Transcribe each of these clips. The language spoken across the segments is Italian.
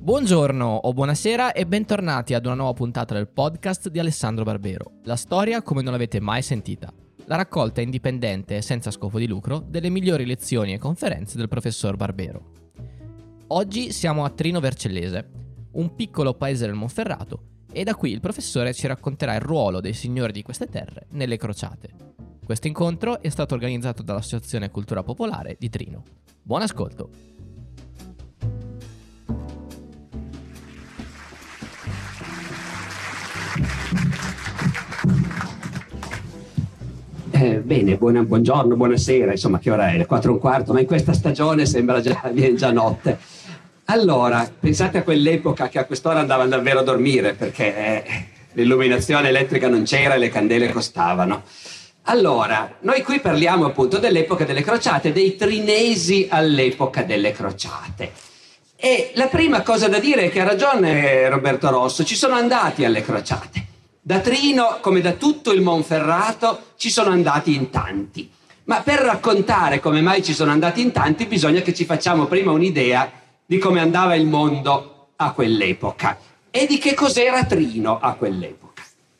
Buongiorno o buonasera e bentornati ad una nuova puntata del podcast di Alessandro Barbero. La storia come non l'avete mai sentita. La raccolta indipendente e senza scopo di lucro delle migliori lezioni e conferenze del professor Barbero. Oggi siamo a Trino Vercellese, un piccolo paese del Monferrato, e da qui il professore ci racconterà il ruolo dei signori di queste terre nelle crociate. Questo incontro è stato organizzato dall'Associazione Cultura Popolare di Trino. Buon ascolto! Bene, buongiorno, buonasera, insomma, che ora è? Le 4:15, ma in questa stagione sembra viene già notte. Allora, pensate a quell'epoca che a quest'ora andavano davvero a dormire, perché l'illuminazione elettrica non c'era e le candele costavano. Allora, noi qui parliamo appunto dell'epoca delle crociate, dei trinesi all'epoca delle crociate. E la prima cosa da dire è che ha ragione Roberto Rosso, ci sono andati alle crociate. Da Trino, come da tutto il Monferrato, ci sono andati in tanti. Ma per raccontare come mai ci sono andati in tanti, bisogna che ci facciamo prima un'idea di come andava il mondo a quell'epoca e di che cos'era Trino a quell'epoca.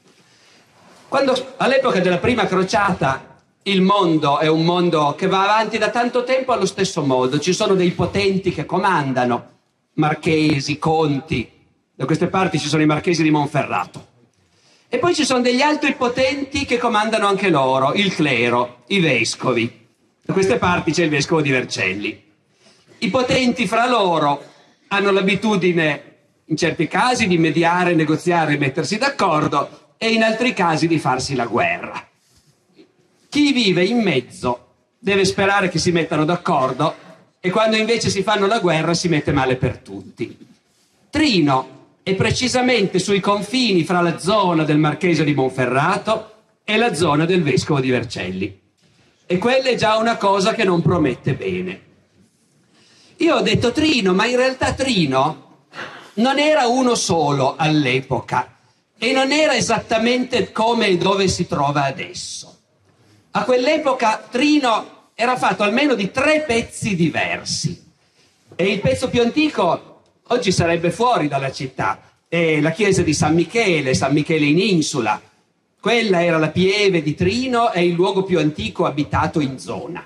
Quando all'epoca della prima crociata il mondo è un mondo che va avanti da tanto tempo allo stesso modo, ci sono dei potenti che comandano, marchesi, conti, da queste parti ci sono i marchesi di Monferrato. E poi ci sono degli altri potenti che comandano anche loro, il clero, i vescovi. Da queste parti c'è il vescovo di Vercelli. I potenti fra loro hanno l'abitudine, in certi casi, di mediare, negoziare e mettersi d'accordo, e in altri casi di farsi la guerra. Chi vive in mezzo deve sperare che si mettano d'accordo, e quando invece si fanno la guerra si mette male per tutti. Trino è precisamente sui confini fra la zona del Marchese di Monferrato e la zona del Vescovo di Vercelli. E quella è già una cosa che non promette bene. Io ho detto Trino, ma in realtà Trino non era uno solo all'epoca e non era esattamente come e dove si trova adesso. A quell'epoca Trino era fatto almeno di 3 pezzi diversi. E il pezzo più antico oggi sarebbe fuori dalla città, è la chiesa di San Michele in Insula. Quella era la pieve di Trino e il luogo più antico abitato in zona.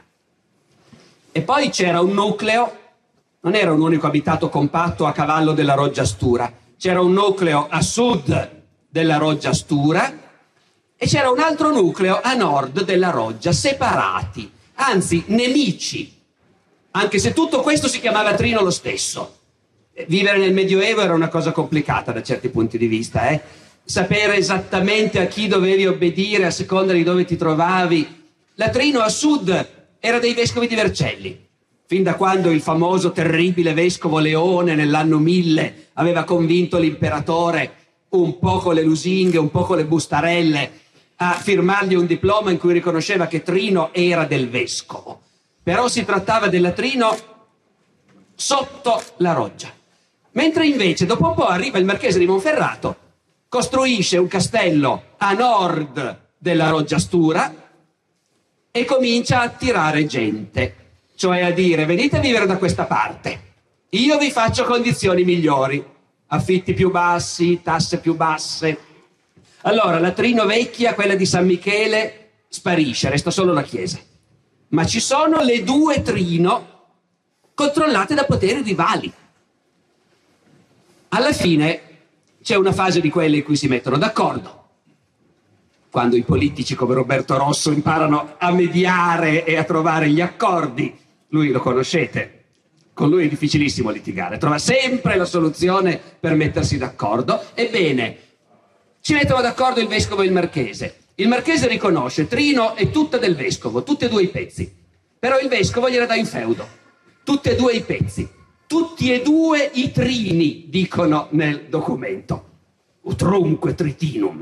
E poi c'era un nucleo, non era un unico abitato compatto a cavallo della Roggia Stura, c'era un nucleo a sud della Roggia Stura e c'era un altro nucleo a nord della Roggia, separati, anzi nemici, anche se tutto questo si chiamava Trino lo stesso. Vivere nel Medioevo era una cosa complicata da certi punti di vista, Sapere esattamente a chi dovevi obbedire a seconda di dove ti trovavi. La Trino a sud era dei vescovi di Vercelli, fin da quando il famoso terribile vescovo Leone nell'anno 1000 aveva convinto l'imperatore, un po' con le lusinghe, un po' con le bustarelle, a firmargli un diploma in cui riconosceva che Trino era del vescovo. Però si trattava della Trino sotto la Roggia. Mentre invece dopo un po' arriva il Marchese di Monferrato, costruisce un castello a nord della Roggia Stura e comincia a attirare gente, cioè a dire venite a vivere da questa parte, io vi faccio condizioni migliori, affitti più bassi, tasse più basse. Allora la Trino vecchia, quella di San Michele, sparisce, resta solo la chiesa, ma ci sono le 2 Trino controllate da poteri rivali. Alla fine c'è una fase di quelle in cui si mettono d'accordo. Quando i politici come Roberto Rosso imparano a mediare e a trovare gli accordi, lui lo conoscete, con lui è difficilissimo litigare, trova sempre la soluzione per mettersi d'accordo. Ebbene, ci mettono d'accordo il vescovo e il marchese. Il marchese riconosce Trino è tutta del vescovo, tutti e 2 i pezzi, però il vescovo gliela dà in feudo, tutti e 2 i pezzi. Tutti e 2 i trini, dicono nel documento. Utrunque tritinum.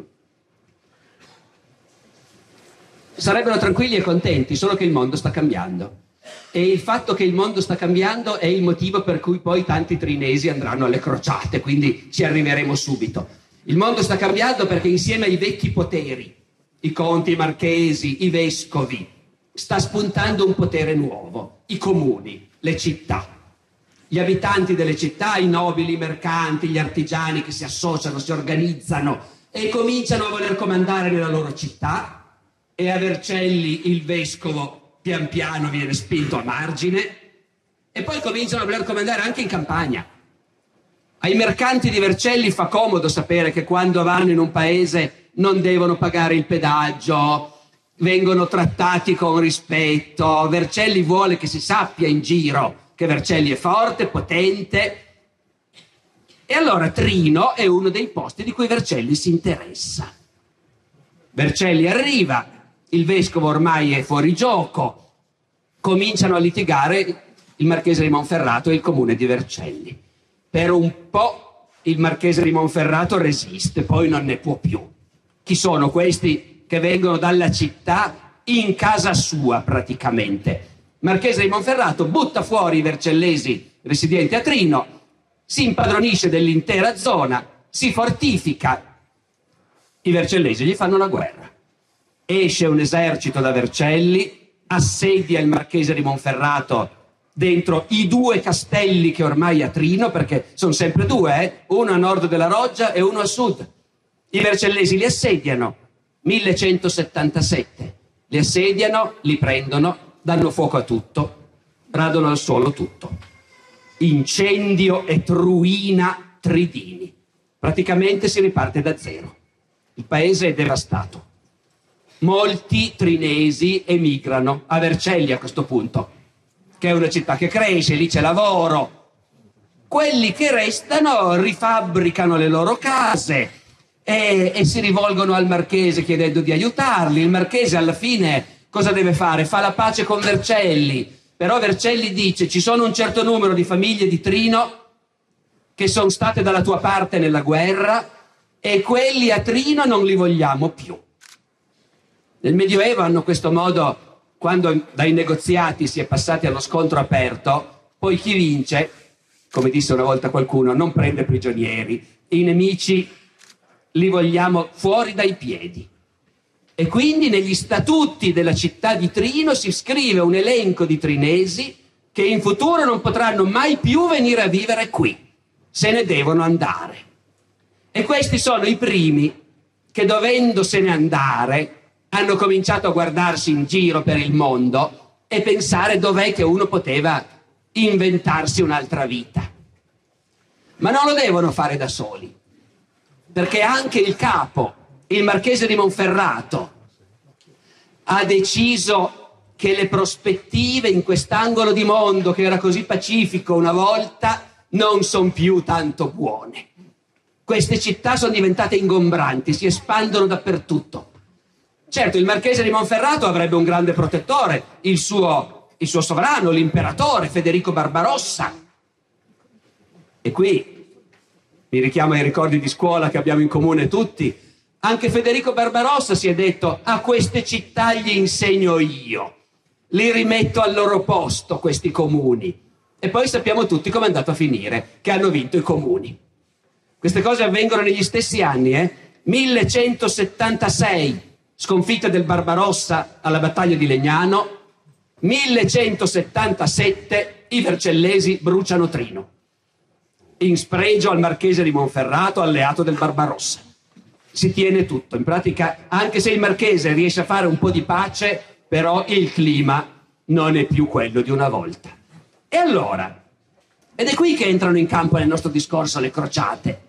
Sarebbero tranquilli e contenti, solo che il mondo sta cambiando. E il fatto che il mondo sta cambiando è il motivo per cui poi tanti trinesi andranno alle crociate, quindi ci arriveremo subito. Il mondo sta cambiando perché insieme ai vecchi poteri, i conti, i marchesi, i vescovi, sta spuntando un potere nuovo, i comuni, le città. gli abitanti delle città, i nobili, i mercanti, gli artigiani che si associano, si organizzano e cominciano a voler comandare nella loro città, e a Vercelli il vescovo pian piano viene spinto a margine, e poi cominciano a voler comandare anche in campagna. Ai mercanti di Vercelli fa comodo sapere che quando vanno in un paese non devono pagare il pedaggio, vengono trattati con rispetto. Vercelli vuole che si sappia in giro che Vercelli è forte, potente. E allora Trino è uno dei posti di cui Vercelli si interessa. Vercelli arriva, il vescovo ormai è fuori gioco, cominciano a litigare il marchese di Monferrato e il comune di Vercelli. Per un po' il marchese di Monferrato resiste, poi non ne può più. Chi sono questi che vengono dalla città in casa sua praticamente? Marchese di Monferrato butta fuori i vercellesi residenti a Trino, si impadronisce dell'intera zona, si fortifica. I vercellesi gli fanno la guerra. Esce un esercito da Vercelli, assedia il marchese di Monferrato dentro i due castelli che ormai ha Trino, perché sono sempre due, uno a nord della Roggia e uno a sud. I vercellesi li assediano, 1177. Li assediano, li prendono, danno fuoco a tutto, radono al suolo tutto. Incendio e truina Tridini. Praticamente si riparte da zero. Il paese è devastato. Molti trinesi emigrano a Vercelli a questo punto, che è una città che cresce, lì c'è lavoro. Quelli che restano rifabbricano le loro case e si rivolgono al marchese chiedendo di aiutarli. Il marchese alla fine cosa deve fare? Fa la pace con Vercelli, però Vercelli dice: ci sono un certo numero di famiglie di Trino che sono state dalla tua parte nella guerra e quelli a Trino non li vogliamo più. Nel Medioevo hanno questo modo. Quando dai negoziati si è passati allo scontro aperto, poi chi vince, come disse una volta qualcuno, non prende prigionieri, i nemici li vogliamo fuori dai piedi. E quindi negli statuti della città di Trino si scrive un elenco di trinesi che in futuro non potranno mai più venire a vivere qui, se ne devono andare. E questi sono i primi che, dovendosene andare, hanno cominciato a guardarsi in giro per il mondo e pensare dov'è che uno poteva inventarsi un'altra vita. Ma non lo devono fare da soli, perché anche il capo, il marchese di Monferrato, ha deciso che le prospettive in quest'angolo di mondo che era così pacifico una volta non sono più tanto buone. Queste città sono diventate ingombranti, si espandono dappertutto. Certo, il marchese di Monferrato avrebbe un grande protettore, il suo sovrano, l'imperatore Federico Barbarossa. E qui mi richiamo ai ricordi di scuola che abbiamo in comune tutti. Anche Federico Barbarossa si è detto: a queste città gli insegno io, li rimetto al loro posto questi comuni. E poi sappiamo tutti come è andato a finire, che hanno vinto i comuni. Queste cose avvengono negli stessi anni, 1176. Sconfitta del Barbarossa alla battaglia di Legnano, 1177 i vercellesi bruciano Trino, in spregio al marchese di Monferrato, alleato del Barbarossa. Si tiene tutto, in pratica, anche se il marchese riesce a fare un po' di pace, però il clima non è più quello di una volta. E allora, ed è qui che entrano in campo nel nostro discorso le crociate.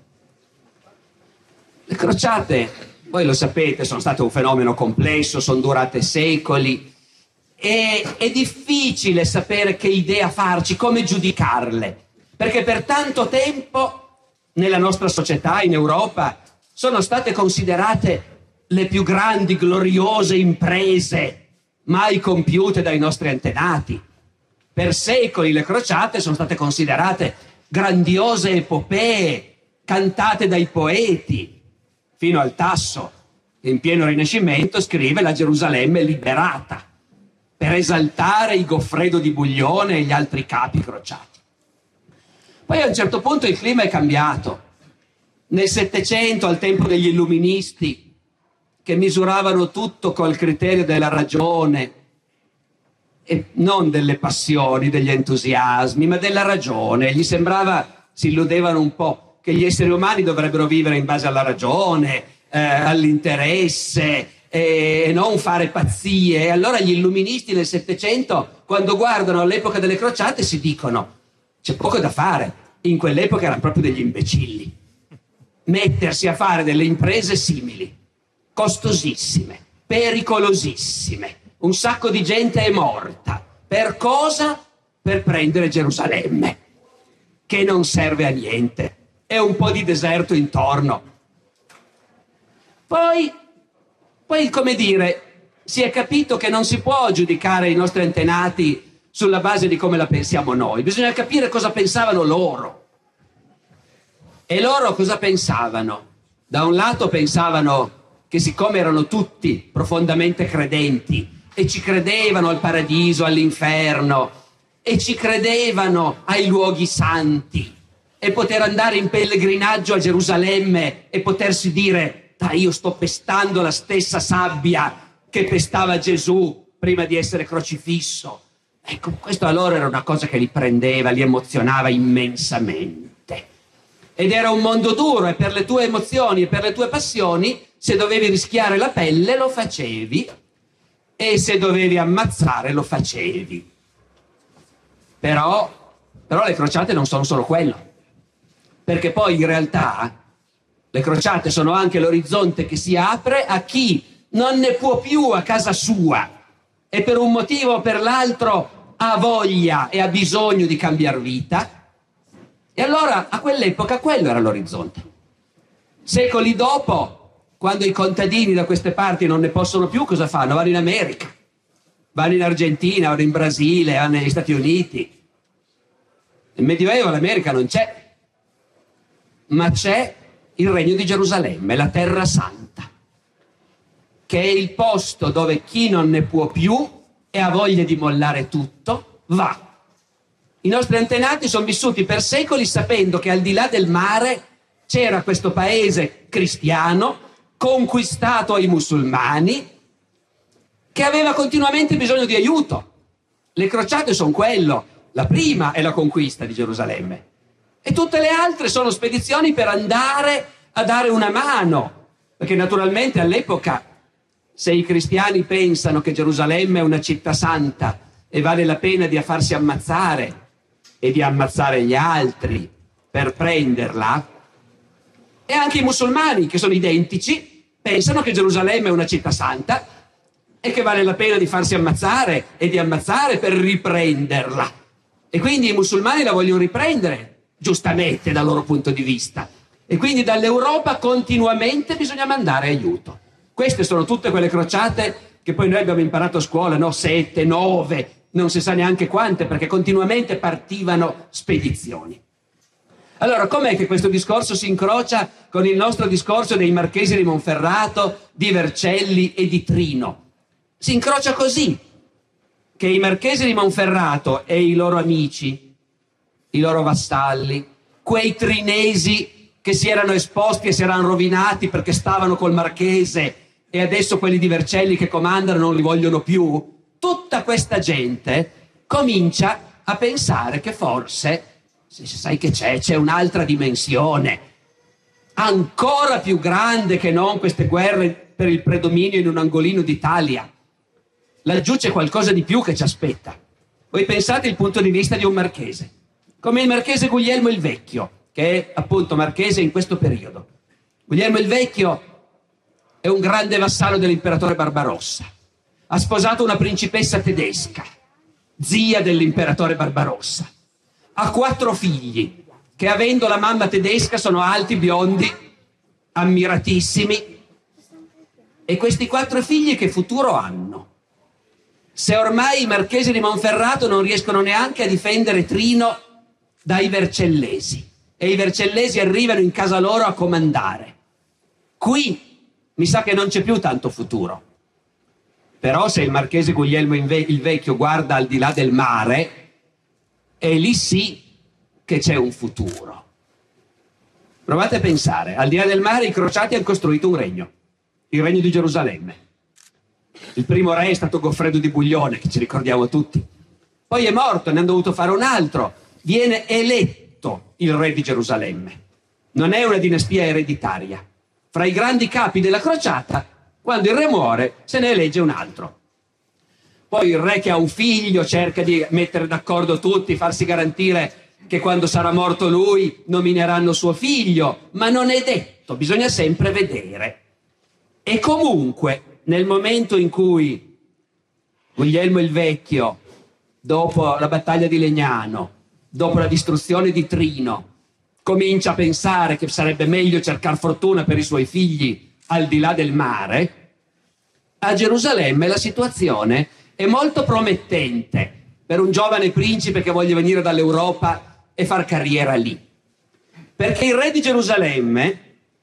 Le crociate, voi lo sapete, sono state un fenomeno complesso, sono durate secoli e è difficile sapere che idea farci, come giudicarle, perché per tanto tempo nella nostra società, in Europa, sono state considerate le più grandi, gloriose imprese mai compiute dai nostri antenati. Per secoli le crociate sono state considerate grandiose epopee cantate dai poeti, fino al Tasso, che in pieno Rinascimento scrive la Gerusalemme liberata, per esaltare i Goffredo di Buglione e gli altri capi crociati. Poi a un certo punto il clima è cambiato. Nel Settecento, al tempo degli illuministi, che misuravano tutto col criterio della ragione, e non delle passioni, degli entusiasmi, ma della ragione. Gli sembrava, si illudevano un po', che gli esseri umani dovrebbero vivere in base alla ragione, all'interesse, e non fare pazzie. E allora gli illuministi nel Settecento, quando guardano all'epoca delle crociate, si dicono: c'è poco da fare, in quell'epoca erano proprio degli imbecilli. Mettersi a fare delle imprese simili, costosissime, pericolosissime, un sacco di gente è morta. Per cosa? Per prendere Gerusalemme, che non serve a niente, è un po' di deserto intorno. Poi, come dire, si è capito che non si può giudicare i nostri antenati sulla base di come la pensiamo noi, bisogna capire cosa pensavano loro. E loro cosa pensavano? Da un lato pensavano che siccome erano tutti profondamente credenti e ci credevano al paradiso, all'inferno, e ci credevano ai luoghi santi, e poter andare in pellegrinaggio a Gerusalemme e potersi dire: dai, io sto pestando la stessa sabbia che pestava Gesù prima di essere crocifisso. Ecco, questo a loro era una cosa che li prendeva, li emozionava immensamente. Ed era un mondo duro, e per le tue emozioni e per le tue passioni, se dovevi rischiare la pelle lo facevi, e se dovevi ammazzare lo facevi. Però le crociate non sono solo quello, perché poi in realtà le crociate sono anche l'orizzonte che si apre a chi non ne può più a casa sua e per un motivo o per l'altro ha voglia e ha bisogno di cambiare vita. E allora a quell'epoca quello era l'orizzonte. Secoli dopo, quando i contadini da queste parti non ne possono più, cosa fanno? Vanno in America, vanno in Argentina, vanno in Brasile, vanno negli Stati Uniti. Nel Medioevo l'America non c'è, ma c'è il Regno di Gerusalemme, la Terra Santa, che è il posto dove chi non ne può più e ha voglia di mollare tutto va. I nostri antenati sono vissuti per secoli sapendo che al di là del mare c'era questo paese cristiano conquistato ai musulmani che aveva continuamente bisogno di aiuto. Le crociate sono quello. La prima è la conquista di Gerusalemme e tutte le altre sono spedizioni per andare a dare una mano, perché naturalmente all'epoca, se i cristiani pensano che Gerusalemme è una città santa e vale la pena di farsi ammazzare e di ammazzare gli altri per prenderla, e anche i musulmani, che sono identici, pensano che Gerusalemme è una città santa e che vale la pena di farsi ammazzare e di ammazzare per riprenderla. E quindi i musulmani la vogliono riprendere, giustamente dal loro punto di vista. E quindi dall'Europa continuamente bisogna mandare aiuto. Queste sono tutte quelle crociate che poi noi abbiamo imparato a scuola, no? 7, 9, non si sa neanche quante, perché continuamente partivano spedizioni. Allora, com'è che questo discorso si incrocia con il nostro discorso dei Marchesi di Monferrato, di Vercelli e di Trino? Si incrocia così, che i Marchesi di Monferrato e i loro amici, i loro vassalli, quei trinesi che si erano esposti e si erano rovinati perché stavano col Marchese e adesso quelli di Vercelli che comandano non li vogliono più, tutta questa gente comincia a pensare che forse, se sai che c'è un'altra dimensione ancora più grande che non queste guerre per il predominio in un angolino d'Italia. Laggiù c'è qualcosa di più che ci aspetta. Voi pensate il punto di vista di un marchese, come il marchese Guglielmo il Vecchio, che è appunto marchese in questo periodo. Guglielmo il Vecchio è un grande vassallo dell'imperatore Barbarossa. Ha sposato una principessa tedesca, zia dell'imperatore Barbarossa. Ha 4 figli, che avendo la mamma tedesca sono alti, biondi, ammiratissimi. E questi 4 figli che futuro hanno? Se ormai i Marchesi di Monferrato non riescono neanche a difendere Trino dai Vercellesi, e i Vercellesi arrivano in casa loro a comandare. Qui mi sa che non c'è più tanto futuro. Però se il Marchese Guglielmo il Vecchio guarda al di là del mare, è lì sì che c'è un futuro. Provate a pensare, al di là del mare i crociati hanno costruito un regno, il regno di Gerusalemme. Il primo re è stato Goffredo di Buglione, che ci ricordiamo tutti. Poi è morto, ne hanno dovuto fare un altro. Viene eletto il re di Gerusalemme. Non è una dinastia ereditaria. Fra i grandi capi della crociata, quando il re muore, se ne elegge un altro. Poi il re che ha un figlio cerca di mettere d'accordo tutti, farsi garantire che quando sarà morto lui nomineranno suo figlio, ma non è detto, bisogna sempre vedere. E comunque, nel momento in cui Guglielmo il Vecchio, dopo la battaglia di Legnano, dopo la distruzione di Trino, comincia a pensare che sarebbe meglio cercare fortuna per i suoi figli al di là del mare, a Gerusalemme la situazione è molto promettente per un giovane principe che voglia venire dall'Europa e far carriera lì. Perché il re di Gerusalemme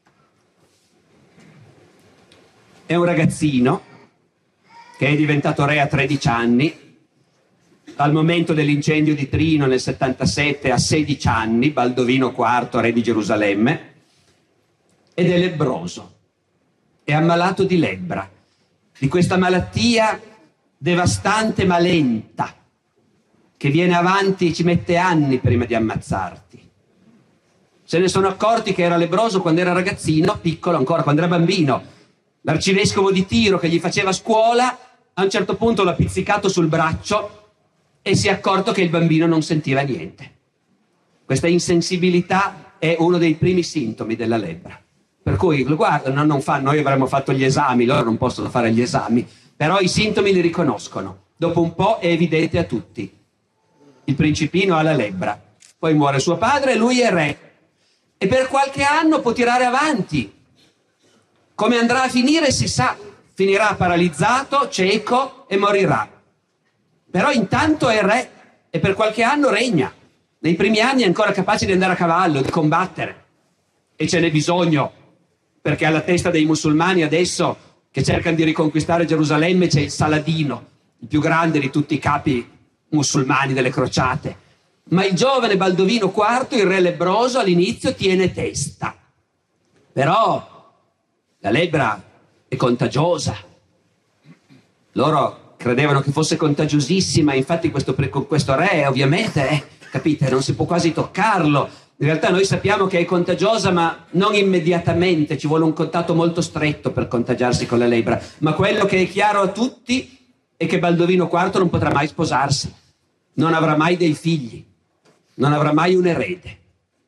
è un ragazzino che è diventato re a 13 anni, al momento dell'incendio di Trino nel 77 a 16 anni, Baldovino IV, re di Gerusalemme, ed è lebbroso, è ammalato di lebbra, di questa malattia devastante ma lenta, che viene avanti e ci mette anni prima di ammazzarti. Se ne sono accorti che era lebbroso quando era ragazzino, piccolo ancora, quando era bambino. L'arcivescovo di Tiro che gli faceva scuola, a un certo punto l'ha pizzicato sul braccio e si è accorto che il bambino non sentiva niente. Questa insensibilità è uno dei primi sintomi della lebbra. Per cui, guarda, noi avremmo fatto gli esami, loro non possono fare gli esami, però i sintomi li riconoscono. Dopo un po' è evidente a tutti. Il principino ha la lebbra, poi muore suo padre e lui è re. E per qualche anno può tirare avanti. Come andrà a finire si sa, finirà paralizzato, cieco e morirà. Però intanto è re e per qualche anno regna. Nei primi anni è ancora capace di andare a cavallo, di combattere. E ce n'è bisogno, perché alla testa dei musulmani adesso, che cercano di riconquistare Gerusalemme, c'è il Saladino, il più grande di tutti i capi musulmani delle crociate. Ma il giovane Baldovino IV, il re lebbroso, all'inizio tiene testa. Però la lebbra è contagiosa. Loro credevano che fosse contagiosissima, infatti questo re ovviamente, capite, non si può quasi toccarlo. In realtà noi sappiamo che è contagiosa, ma non immediatamente, ci vuole un contatto molto stretto per contagiarsi con la lebbra. Ma quello che è chiaro a tutti è che Baldovino IV non potrà mai sposarsi, non avrà mai dei figli, non avrà mai un erede.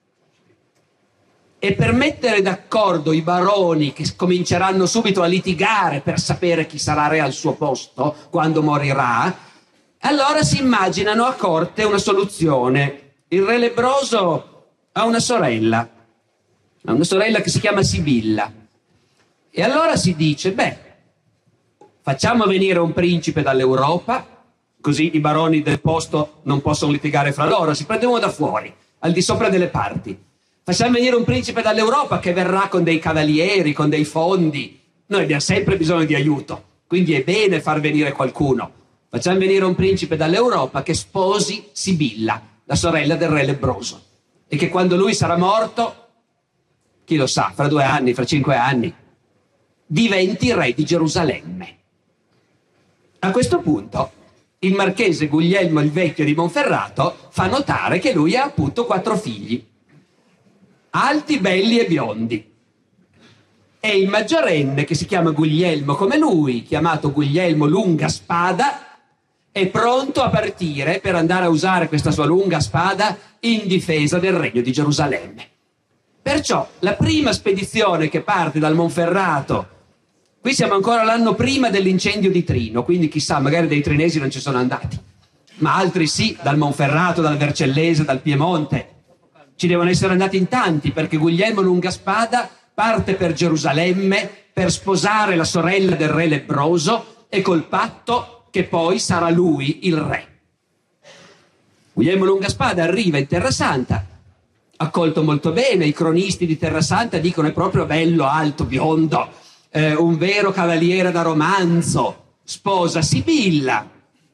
E per mettere d'accordo i baroni che cominceranno subito a litigare per sapere chi sarà re al suo posto quando morirà, allora si immaginano a corte una soluzione. Il re lebbroso ha una sorella che si chiama Sibilla. E allora si dice, facciamo venire un principe dall'Europa, così i baroni del posto non possono litigare fra loro, si prendono da fuori, al di sopra delle parti. Facciamo venire un principe dall'Europa che verrà con dei cavalieri, con dei fondi. Noi abbiamo sempre bisogno di aiuto, quindi è bene far venire qualcuno. Facciamo venire un principe dall'Europa che sposi Sibilla, la sorella del re lebbroso, e che quando lui sarà morto, chi lo sa, fra 2 anni, fra 5 anni, diventi re di Gerusalemme. A questo punto il marchese Guglielmo il Vecchio di Monferrato fa notare che lui ha appunto 4 figli, alti, belli e biondi. E il maggiorenne, che si chiama Guglielmo come lui, chiamato Guglielmo Lunga Spada, è pronto a partire per andare a usare questa sua lunga spada in difesa del regno di Gerusalemme. Perciò la prima spedizione che parte dal Monferrato, qui siamo ancora l'anno prima dell'incendio di Trino, quindi chissà, magari dei trinesi non ci sono andati, ma altri sì, dal Monferrato, dal Vercellese, dal Piemonte. Ci devono essere andati in tanti, perché Guglielmo Lungaspada parte per Gerusalemme per sposare la sorella del re lebbroso e col patto che poi sarà lui il re. Guglielmo Lungaspada arriva in Terra Santa, accolto molto bene, i cronisti di Terra Santa dicono è proprio bello, alto, biondo, un vero cavaliere da romanzo, sposa Sibilla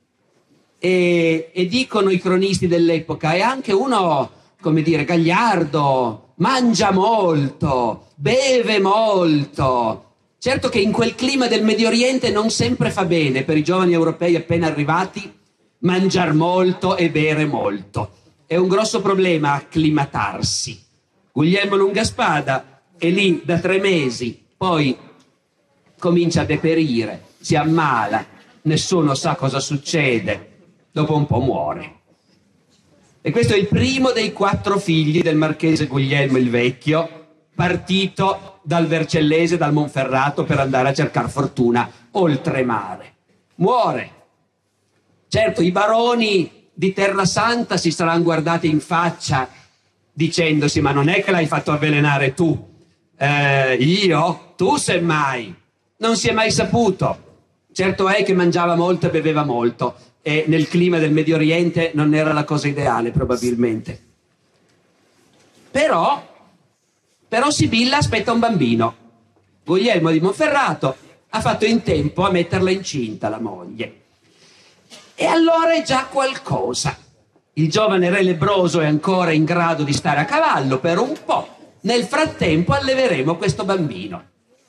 e dicono i cronisti dell'epoca è anche uno, come dire, gagliardo, mangia molto, beve molto, Certo che in quel clima del Medio Oriente non sempre fa bene per i giovani europei appena arrivati mangiar molto e bere molto. È un grosso problema acclimatarsi. Guglielmo Lungaspada è lì da 3 mesi, poi comincia a deperire, si ammala, nessuno sa cosa succede, dopo un po' muore. E questo è il primo dei 4 figli del marchese Guglielmo il Vecchio, partito dal Vercellese, dal Monferrato, per andare a cercare fortuna oltremare. Muore. Certo, i baroni di Terrasanta si saranno guardati in faccia dicendosi: ma non è che l'hai fatto avvelenare tu? Io? Tu semmai. Non si è mai saputo. Certo è che mangiava molto e beveva molto, e nel clima del Medio Oriente non era la cosa ideale, probabilmente. Però Sibilla aspetta un bambino. Guglielmo di Monferrato ha fatto in tempo a metterla incinta, la moglie. E allora è già qualcosa. Il giovane re lebbroso è ancora in grado di stare a cavallo per un po'. Nel frattempo alleveremo questo bambino.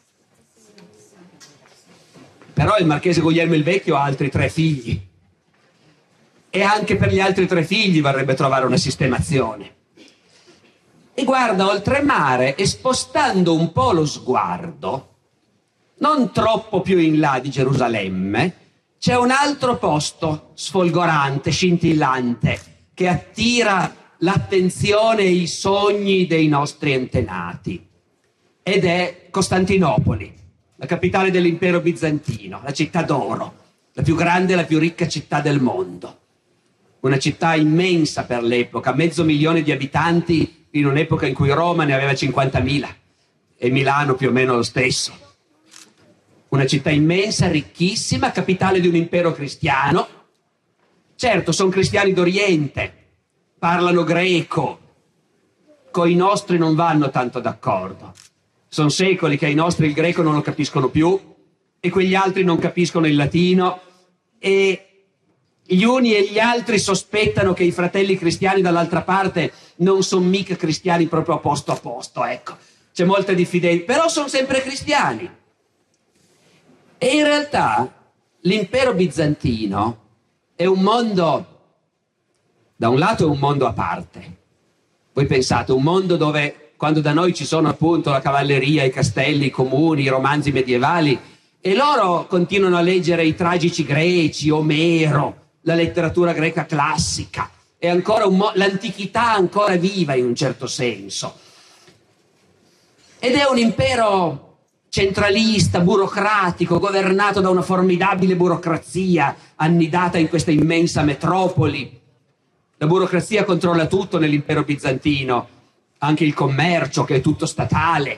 Però il marchese Guglielmo il Vecchio ha altri 3 figli. E anche per gli altri 3 figli vorrebbe trovare una sistemazione. E guarda oltremare, e spostando un po' lo sguardo, non troppo più in là di Gerusalemme, c'è un altro posto sfolgorante, scintillante, che attira l'attenzione e i sogni dei nostri antenati. Ed è Costantinopoli, la capitale dell'impero bizantino, la città d'oro, la più grande e la più ricca città del mondo. Una città immensa per l'epoca, 500.000 di abitanti, in un'epoca in cui Roma ne aveva 50.000 e Milano più o meno lo stesso. Una città immensa, ricchissima, capitale di un impero cristiano. Certo, sono cristiani d'Oriente, parlano greco, coi nostri non vanno tanto d'accordo. Sono secoli che ai nostri il greco non lo capiscono più, e quegli altri non capiscono il latino, e gli uni e gli altri sospettano che i fratelli cristiani dall'altra parte non sono mica cristiani proprio a posto, ecco. C'è molta diffidenza, però sono sempre cristiani. E in realtà l'impero bizantino è un mondo, da un lato è un mondo a parte. Voi pensate, un mondo dove, quando da noi ci sono appunto la cavalleria, i castelli, i comuni, i romanzi medievali, e loro continuano a leggere i tragici greci, Omero, la letteratura greca classica, è ancora l'antichità ancora viva in un certo senso. Ed è un impero centralista, burocratico, governato da una formidabile burocrazia annidata in questa immensa metropoli. La burocrazia controlla tutto nell'impero bizantino, anche il commercio, che è tutto statale.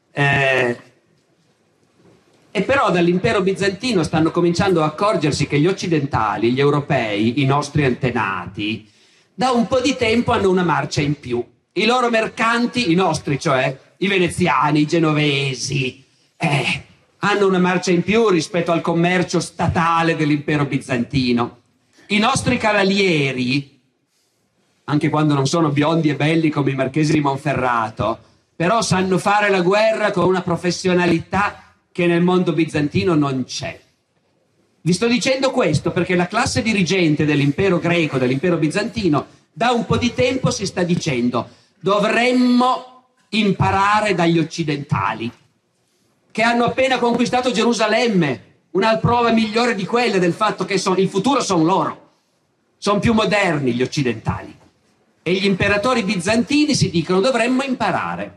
E però dall'impero bizantino stanno cominciando a accorgersi che gli occidentali, gli europei, i nostri antenati, da un po' di tempo hanno una marcia in più. I loro mercanti, i nostri cioè, i veneziani, i genovesi, hanno una marcia in più rispetto al commercio statale dell'impero bizantino. I nostri cavalieri, anche quando non sono biondi e belli come i marchesi di Monferrato, però sanno fare la guerra con una professionalità che nel mondo bizantino non c'è. Vi sto dicendo questo perché la classe dirigente dell'impero greco, dell'impero bizantino, da un po' di tempo si sta dicendo: dovremmo imparare dagli occidentali, che hanno appena conquistato Gerusalemme, una prova migliore di quella del fatto che il futuro sono loro, sono più moderni gli occidentali. E gli imperatori bizantini si dicono: dovremmo imparare.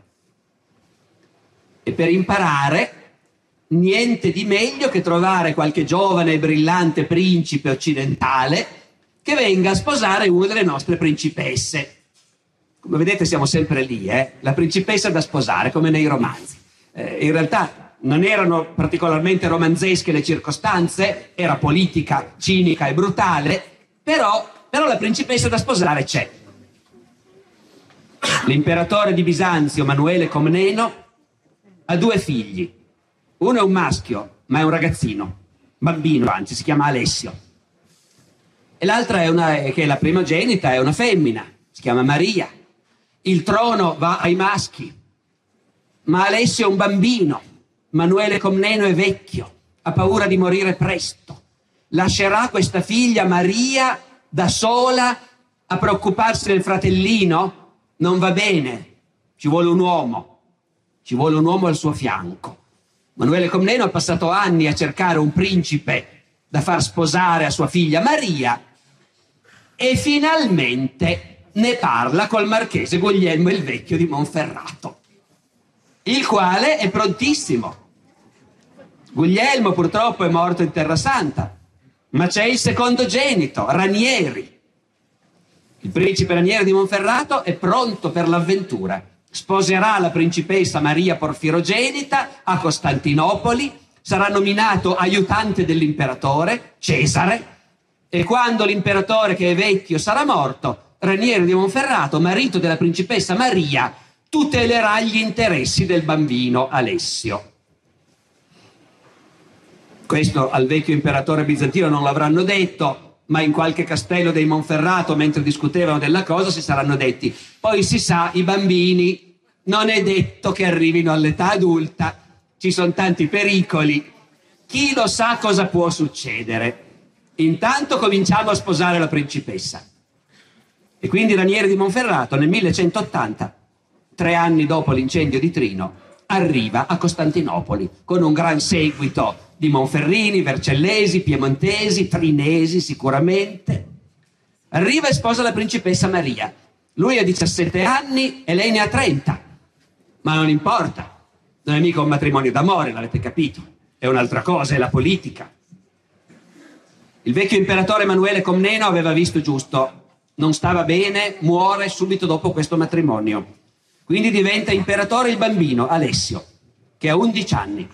E per imparare niente di meglio che trovare qualche giovane e brillante principe occidentale che venga a sposare una delle nostre principesse. Come vedete siamo sempre lì, la principessa da sposare, come nei romanzi. In realtà non erano particolarmente romanzesche le circostanze, era politica, cinica e brutale, però la principessa da sposare c'è. L'imperatore di Bisanzio, Manuele Comneno, ha 2 figli. Uno è un maschio, ma è un ragazzino, bambino anzi, si chiama Alessio. E l'altra che è la primogenita, è una femmina, si chiama Maria. Il trono va ai maschi, ma Alessio è un bambino, Manuele Comneno è vecchio, ha paura di morire presto. Lascerà questa figlia Maria da sola a preoccuparsi del fratellino? Non va bene, ci vuole un uomo al suo fianco. Manuele Comneno ha passato anni a cercare un principe da far sposare a sua figlia Maria e finalmente ne parla col marchese Guglielmo il Vecchio di Monferrato, il quale è prontissimo. Guglielmo purtroppo è morto in Terrasanta, ma c'è il secondogenito, Ranieri. Il principe Ranieri di Monferrato è pronto per l'avventura. Sposerà la principessa Maria Porfirogenita a Costantinopoli, sarà nominato aiutante dell'imperatore, Cesare, e quando l'imperatore, che è vecchio, sarà morto, Ranieri di Monferrato, marito della principessa Maria, tutelerà gli interessi del bambino Alessio. Questo al vecchio imperatore bizantino non l'avranno detto, ma in qualche castello dei Monferrato, mentre discutevano della cosa, si saranno detti: poi si sa, i bambini non è detto che arrivino all'età adulta, ci sono tanti pericoli, chi lo sa cosa può succedere. Intanto cominciamo a sposare la principessa. E quindi Ranieri di Monferrato nel 1180, 3 anni dopo l'incendio di Trino, arriva a Costantinopoli con un gran seguito di Monferrini, Vercellesi, Piemontesi, Trinesi sicuramente. Arriva e sposa la principessa Maria. Lui ha 17 anni e lei ne ha 30. Ma non importa, non è mica un matrimonio d'amore, l'avete capito. È un'altra cosa, è la politica. Il vecchio imperatore Emanuele Comneno aveva visto giusto, non stava bene, muore subito dopo questo matrimonio. Quindi diventa imperatore il bambino, Alessio, che ha 11 anni.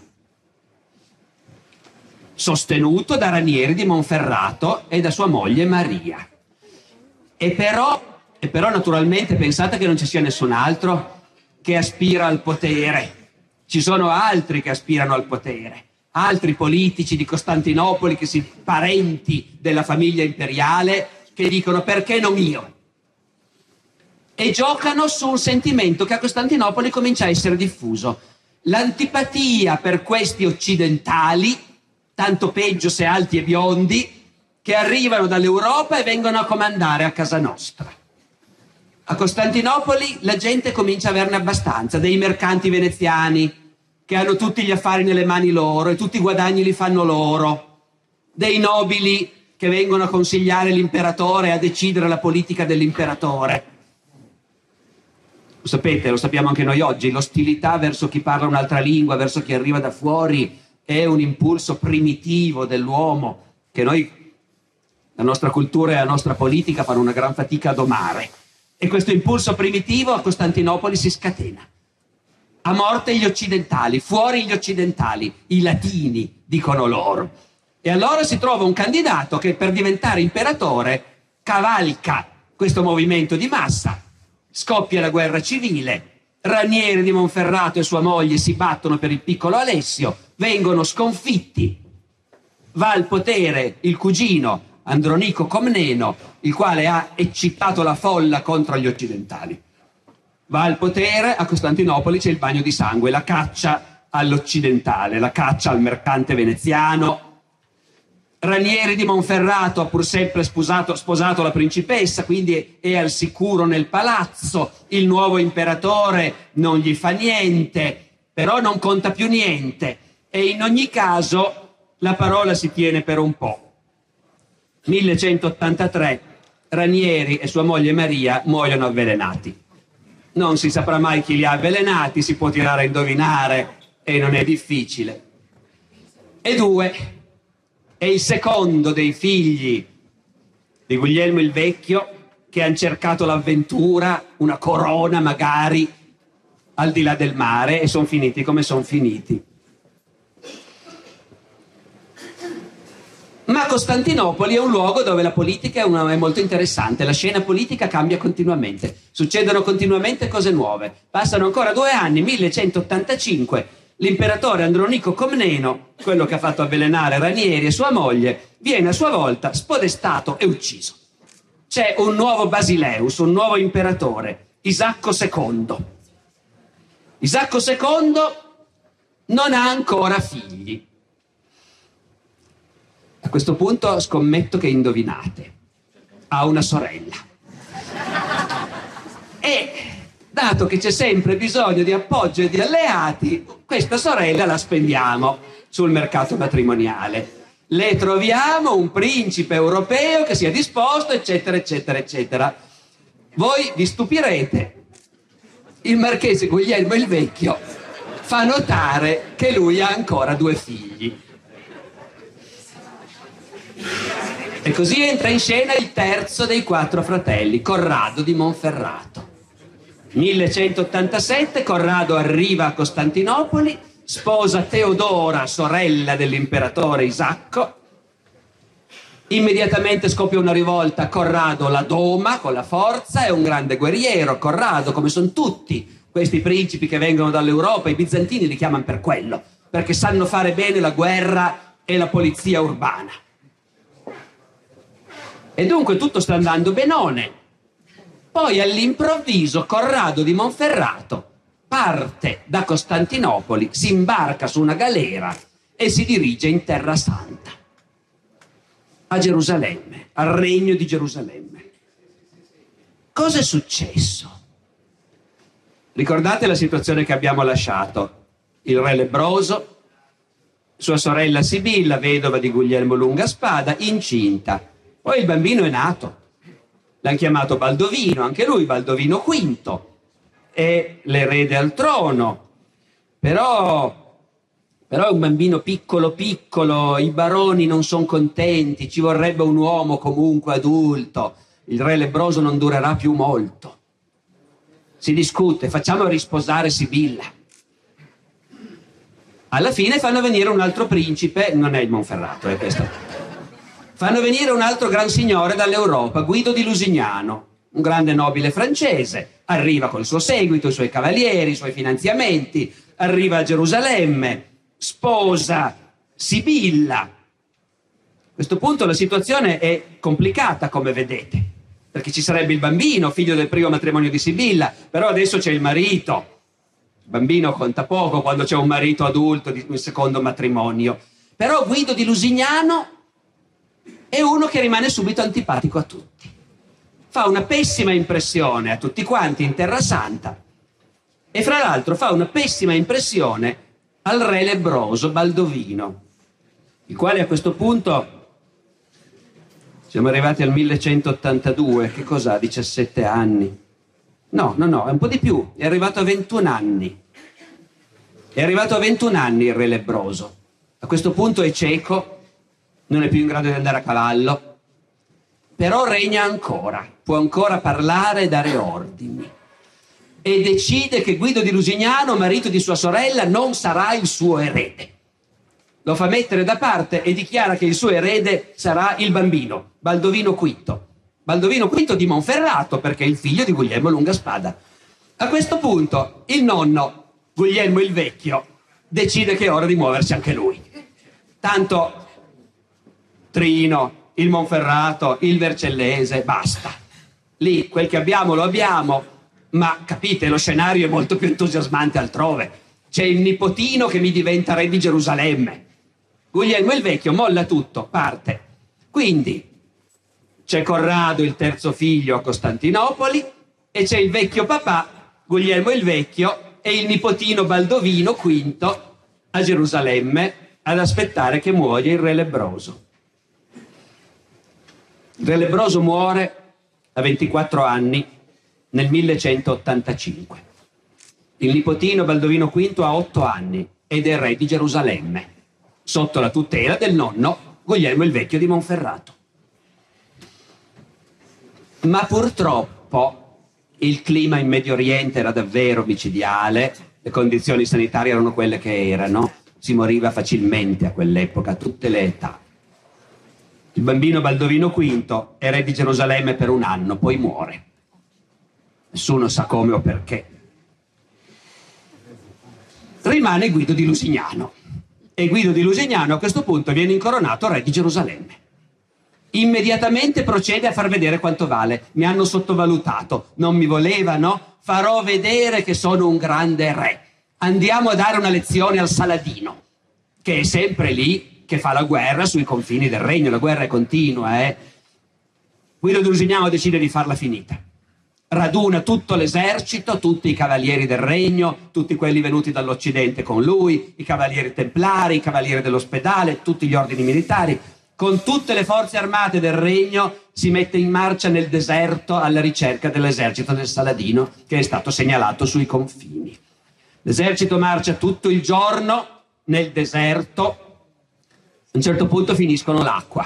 Sostenuto da Ranieri di Monferrato e da sua moglie Maria. E però naturalmente pensate che non ci sia nessun altro che aspira al potere. Ci sono altri che aspirano al potere, altri politici di Costantinopoli, che si parenti della famiglia imperiale, che dicono: perché non io? E giocano su un sentimento che a Costantinopoli comincia a essere diffuso: l'antipatia per questi occidentali, tanto peggio se alti e biondi, che arrivano dall'Europa e vengono a comandare a casa nostra. A Costantinopoli la gente comincia a averne abbastanza dei mercanti veneziani, che hanno tutti gli affari nelle mani loro e tutti i guadagni li fanno loro, dei nobili che vengono a consigliare l'imperatore e a decidere la politica dell'imperatore. Lo sapete, lo sappiamo anche noi oggi, l'ostilità verso chi parla un'altra lingua, verso chi arriva da fuori, è un impulso primitivo dell'uomo che noi, la nostra cultura e la nostra politica, fanno una gran fatica a domare. E questo impulso primitivo a Costantinopoli si scatena. A morte gli occidentali, fuori gli occidentali, i latini, dicono loro. E allora si trova un candidato che per diventare imperatore cavalca questo movimento di massa. Scoppia la guerra civile, Ranieri di Monferrato e sua moglie si battono per il piccolo Alessio, vengono sconfitti, va al potere il cugino Andronico Comneno, il quale ha eccitato la folla contro gli occidentali. Va al potere, a Costantinopoli c'è il bagno di sangue, la caccia all'occidentale, la caccia al mercante veneziano. Ranieri di Monferrato ha pur sempre sposato la principessa, quindi è al sicuro nel palazzo. Il nuovo imperatore non gli fa niente, però non conta più niente. E in ogni caso la parola si tiene per un po'. 1183, Ranieri e sua moglie Maria muoiono avvelenati. Non si saprà mai chi li ha avvelenati, si può tirare a indovinare e non è difficile. E 2, è il secondo dei figli di Guglielmo il Vecchio che hanno cercato l'avventura, una corona magari, al di là del mare, e sono finiti come sono finiti. Ma Costantinopoli è un luogo dove la politica è molto interessante, la scena politica cambia continuamente, succedono continuamente cose nuove. Passano ancora 2 anni, 1185, l'imperatore Andronico Comneno, quello che ha fatto avvelenare Ranieri e sua moglie, viene a sua volta spodestato e ucciso. C'è un nuovo Basileus, un nuovo imperatore, Isacco II. Isacco II non ha ancora figli. A questo punto scommetto che indovinate. Ha una sorella. E dato che c'è sempre bisogno di appoggio e di alleati, questa sorella la spendiamo sul mercato matrimoniale. Le troviamo un principe europeo che sia disposto, eccetera, eccetera, eccetera. Voi vi stupirete. Il marchese Guglielmo il Vecchio fa notare che lui ha ancora 2 figli. E così entra in scena il terzo dei 4 fratelli, Corrado di Monferrato. 1187 Corrado arriva a Costantinopoli, sposa Teodora, sorella dell'imperatore Isacco. Immediatamente scoppia una rivolta, Corrado la doma con la forza, è un grande guerriero. Corrado, come sono tutti questi principi che vengono dall'Europa, i bizantini li chiamano per quello, perché sanno fare bene la guerra e la polizia urbana. E dunque tutto sta andando benone. Poi all'improvviso Corrado di Monferrato parte da Costantinopoli, si imbarca su una galera e si dirige in Terra Santa, a Gerusalemme, al regno di Gerusalemme. Cosa è successo? Ricordate la situazione che abbiamo lasciato? Il re lebbroso, sua sorella Sibilla, vedova di Guglielmo Lungaspada, incinta. Poi il bambino è nato, l'hanno chiamato Baldovino, anche lui Baldovino V, è l'erede al trono, però è un bambino piccolo piccolo, i baroni non sono contenti, ci vorrebbe un uomo comunque adulto, il re lebbroso non durerà più molto. Si discute, facciamo risposare Sibilla. Alla fine fanno venire un altro principe, non è il Monferrato, è questo. Fanno venire un altro gran signore dall'Europa, Guido di Lusignano, un grande nobile francese, arriva col suo seguito, i suoi cavalieri, i suoi finanziamenti, arriva a Gerusalemme, sposa Sibilla. A questo punto la situazione è complicata, come vedete, perché ci sarebbe il bambino, figlio del primo matrimonio di Sibilla, però adesso c'è il marito. Il bambino conta poco quando c'è un marito adulto di un secondo matrimonio. Però Guido di Lusignano è uno che rimane subito antipatico a tutti. Fa una pessima impressione a tutti quanti in Terra Santa e fra l'altro fa una pessima impressione al re lebbroso Baldovino, il quale a questo punto, siamo arrivati al 1182, che cos'ha? 17 anni? No, è un po' di più, è arrivato a 21 anni. È arrivato a 21 anni il re lebbroso. A questo punto è cieco, non è più in grado di andare a cavallo, però regna ancora, può ancora parlare e dare ordini. E decide che Guido di Lusignano, marito di sua sorella, non sarà il suo erede. Lo fa mettere da parte e dichiara che il suo erede sarà il bambino, Baldovino V. Baldovino V di Monferrato, perché è il figlio di Guglielmo Lungaspada. A questo punto il nonno, Guglielmo il Vecchio, decide che è ora di muoversi anche lui. Tanto Trino, il Monferrato, il Vercellese, basta. Lì quel che abbiamo lo abbiamo, ma capite, lo scenario è molto più entusiasmante altrove. C'è il nipotino che mi diventa re di Gerusalemme. Guglielmo il Vecchio molla tutto, parte. Quindi c'è Corrado, il terzo figlio, a Costantinopoli, e c'è il vecchio papà, Guglielmo il Vecchio, e il nipotino Baldovino V a Gerusalemme ad aspettare che muoia il re lebbroso. Il re lebbroso muore a 24 anni nel 1185. Il nipotino Baldovino V ha 8 anni ed è re di Gerusalemme, sotto la tutela del nonno Guglielmo il Vecchio di Monferrato. Ma purtroppo il clima in Medio Oriente era davvero micidiale, le condizioni sanitarie erano quelle che erano, si moriva facilmente a quell'epoca, a tutte le età. Il bambino Baldovino V è re di Gerusalemme per 1 anno, poi muore. Nessuno sa come o perché. Rimane Guido di Lusignano. E Guido di Lusignano a questo punto viene incoronato re di Gerusalemme. Immediatamente procede a far vedere quanto vale. Mi hanno sottovalutato, non mi volevano, farò vedere che sono un grande re. andiamo a dare una lezione al Saladino, che è sempre lì, che fa la guerra sui confini del regno, la guerra è continua. Guido di Lusignano decide di farla finita. Raduna tutto l'esercito, tutti i cavalieri del regno, tutti quelli venuti dall'Occidente con lui, i cavalieri templari, i cavalieri dell'ospedale, tutti gli ordini militari, con tutte le forze armate del regno si mette in marcia nel deserto alla ricerca dell'esercito del Saladino che è stato segnalato sui confini. L'esercito marcia tutto il giorno nel deserto, a un certo punto finiscono l'acqua,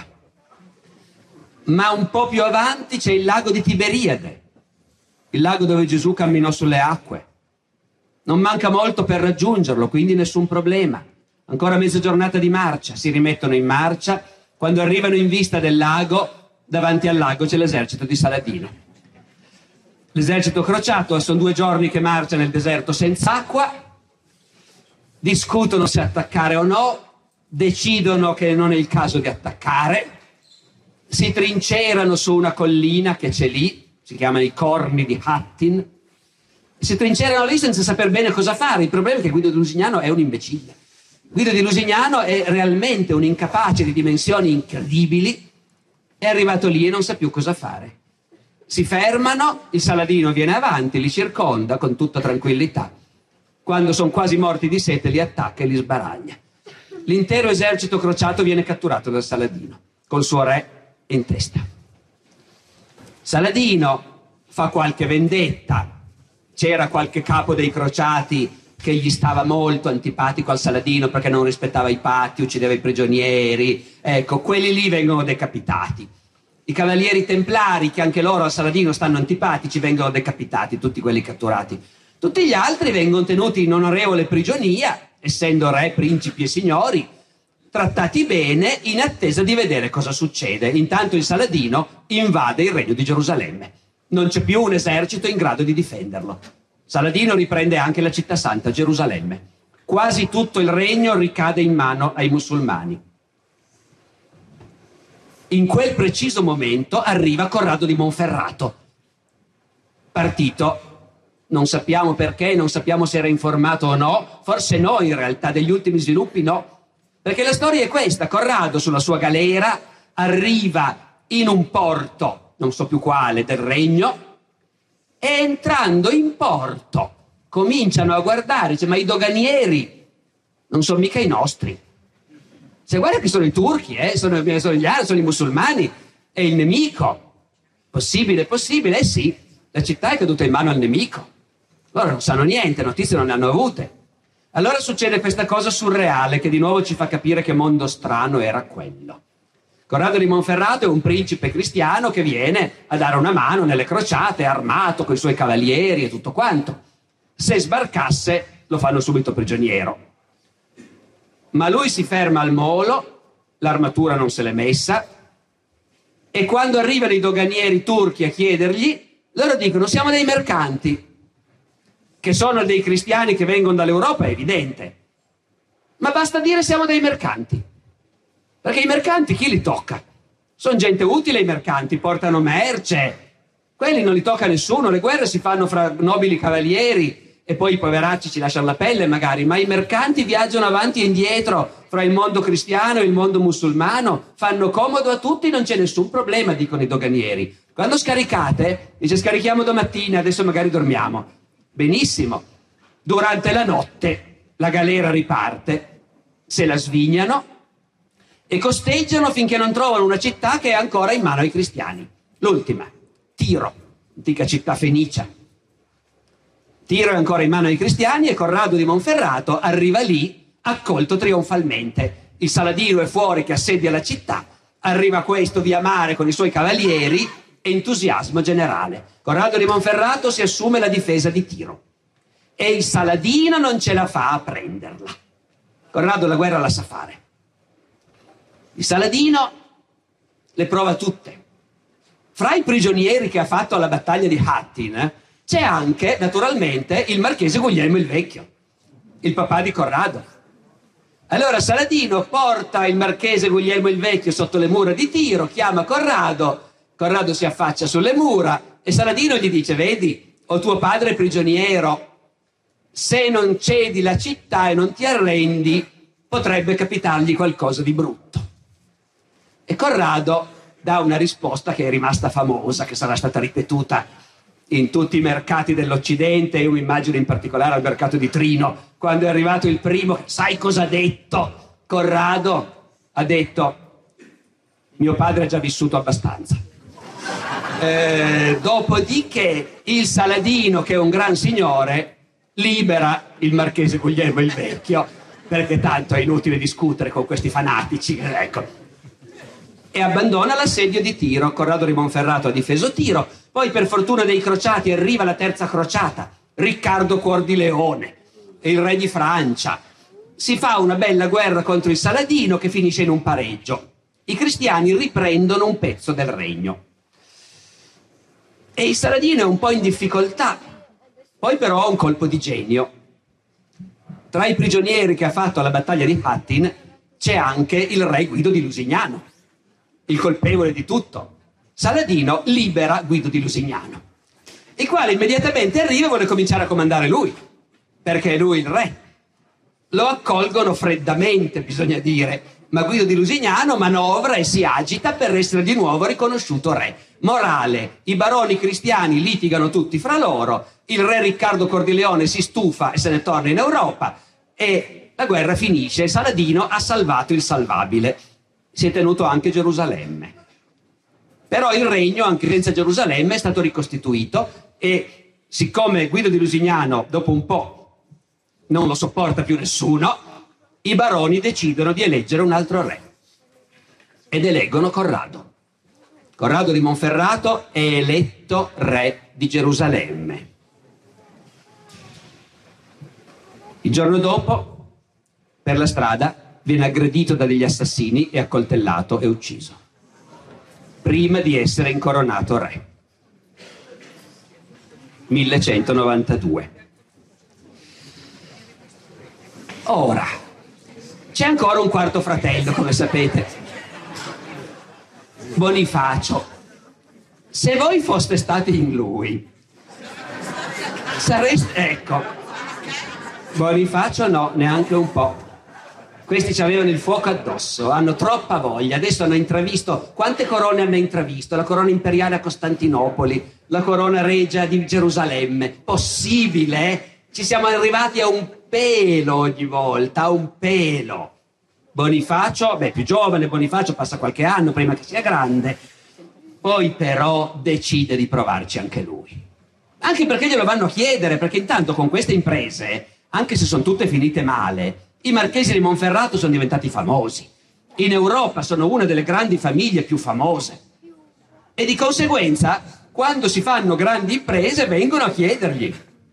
ma un po' più avanti c'è il lago di Tiberiade, il lago dove Gesù camminò sulle acque. Non manca molto per raggiungerlo, quindi nessun problema. Ancora mezza giornata di marcia, si rimettono in marcia. Quando arrivano in vista del lago, davanti al lago c'è l'esercito di Saladino. L'esercito crociato, sono 2 giorni che marcia nel deserto senza acqua, discutono se attaccare o no, decidono che non è il caso di attaccare, si trincerano su una collina che c'è lì, si chiamano i Corni di Hattin, si trincerano lì senza saper bene cosa fare. Il problema è che Guido di Lusignano è un imbecille. Guido di Lusignano è realmente un incapace di dimensioni incredibili, è arrivato lì e non sa più cosa fare. Si fermano, il Saladino viene avanti, li circonda con tutta tranquillità. Quando sono quasi morti di sete li attacca e li sbaraglia. L'intero esercito crociato viene catturato dal Saladino, col suo re in testa. Saladino fa qualche vendetta, c'era qualche capo dei crociati che gli stava molto antipatico al Saladino perché non rispettava i patti, uccideva i prigionieri, ecco, quelli lì vengono decapitati. I cavalieri templari, che anche loro al Saladino stanno antipatici, vengono decapitati, tutti quelli catturati. Tutti gli altri vengono tenuti in onorevole prigionia, essendo re, principi e signori, trattati bene in attesa di vedere cosa succede. Intanto il Saladino invade il regno di Gerusalemme. Non c'è più un esercito in grado di difenderlo. Saladino riprende anche la città santa, Gerusalemme. Quasi tutto il regno ricade in mano ai musulmani. In quel preciso momento arriva Corrado di Monferrato, partito, non sappiamo perché, non sappiamo se era informato o no, forse no in realtà, degli ultimi sviluppi no. Perché la storia è questa: Corrado sulla sua galera arriva in un porto, non so più quale, del regno, e entrando in porto cominciano a guardare, dice, ma i doganieri non sono mica i nostri. Se guarda che sono i turchi, sono gli arabi, sono i musulmani, è il nemico. Possibile, possibile? Eh sì, la città è caduta in mano al nemico. Loro non sanno niente, notizie non ne hanno avute. Allora succede questa cosa surreale che di nuovo ci fa capire che mondo strano era quello. Corrado di Monferrato è un principe cristiano che viene a dare una mano nelle crociate, armato coi suoi cavalieri e tutto quanto. Se sbarcasse lo fanno subito prigioniero. Ma lui si ferma al molo, l'armatura non se l'è messa, e quando arrivano i doganieri turchi a chiedergli, loro dicono: siamo dei mercanti. Che sono dei cristiani che vengono dall'Europa è evidente, ma basta dire siamo dei mercanti, perché i mercanti chi li tocca? Sono gente utile, i mercanti portano merce, quelli non li tocca nessuno. Le guerre si fanno fra nobili cavalieri e poi i poveracci ci lasciano la pelle magari, ma i mercanti viaggiano avanti e indietro fra il mondo cristiano e il mondo musulmano, fanno comodo a tutti, non c'è nessun problema, dicono i doganieri. Quando scaricate, dice scarichiamo domattina, adesso magari dormiamo. Benissimo, durante la notte la galera riparte, se la svignano e costeggiano finché non trovano una città che è ancora in mano ai cristiani. L'ultima, Tiro, antica città fenicia. Tiro è ancora in mano ai cristiani e Corrado di Monferrato arriva lì accolto trionfalmente. Il Saladino è fuori che assedia la città, arriva questo via mare con i suoi cavalieri, entusiasmo generale. Corrado di Monferrato si assume la difesa di Tiro e il Saladino non ce la fa a prenderla. Corrado la guerra la sa fare. Il Saladino le prova tutte. Fra i prigionieri che ha fatto alla battaglia di Hattin c'è anche, naturalmente, il marchese Guglielmo il Vecchio, il papà di Corrado. Allora Saladino porta il marchese Guglielmo il Vecchio sotto le mura di Tiro, chiama Corrado, Corrado si affaccia sulle mura e Saladino gli dice: vedi, ho tuo padre prigioniero, se non cedi la città e non ti arrendi, potrebbe capitargli qualcosa di brutto. E Corrado dà una risposta che è rimasta famosa, che sarà stata ripetuta in tutti i mercati dell'Occidente, e io mi immagino in particolare al mercato di Trino, quando è arrivato il primo. Sai cosa ha detto Corrado? Ha detto: mio padre ha già vissuto abbastanza. Dopodiché il Saladino, che è un gran signore, libera il marchese Guglielmo il Vecchio, perché tanto è inutile discutere con questi fanatici, ecco, e abbandona l'assedio di Tiro. Corrado di Monferrato ha difeso Tiro. Poi, per fortuna dei crociati, arriva la terza crociata, Riccardo Cuor di Leone, il re di Francia. Si fa una bella guerra contro il Saladino, che finisce in un pareggio. I cristiani riprendono un pezzo del regno e il Saladino è un po' in difficoltà. Poi però ha un colpo di genio. Tra i prigionieri che ha fatto alla battaglia di Hattin c'è anche il re Guido di Lusignano, il colpevole di tutto. Saladino libera Guido di Lusignano, il quale immediatamente arriva e vuole cominciare a comandare lui, perché è lui il re. Lo accolgono freddamente, bisogna dire, ma Guido di Lusignano manovra e si agita per essere di nuovo riconosciuto re. Morale: i baroni cristiani litigano tutti fra loro, il re Riccardo Cuor di Leone si stufa e se ne torna in Europa e la guerra finisce. Saladino ha salvato il salvabile, si è tenuto anche Gerusalemme. Però il regno, anche senza Gerusalemme, è stato ricostituito e siccome Guido di Lusignano dopo un po' non lo sopporta più nessuno, i baroni decidono di eleggere un altro re ed eleggono Corrado. Corrado di Monferrato è eletto re di Gerusalemme. Il giorno dopo, per la strada, viene aggredito da degli assassini e accoltellato e ucciso, prima di essere incoronato re. 1192. Ora, c'è ancora un quarto fratello, come sapete, Bonifacio. Se voi foste stati in lui, sareste... Ecco, Bonifacio no, neanche un po'. Questi ci avevano il fuoco addosso, hanno troppa voglia. Adesso hanno intravisto, quante corone hanno intravisto? La corona imperiale a Costantinopoli, la corona regia di Gerusalemme. Possibile? Ci siamo arrivati a un pelo ogni volta, a un pelo. Bonifacio, più giovane, Bonifacio passa qualche anno prima che sia grande, poi però decide di provarci anche lui. Anche perché glielo vanno a chiedere, perché intanto con queste imprese, anche se sono tutte finite male, i marchesi di Monferrato sono diventati famosi. In Europa sono una delle grandi famiglie più famose. E di conseguenza, quando si fanno grandi imprese, vengono a chiedergli.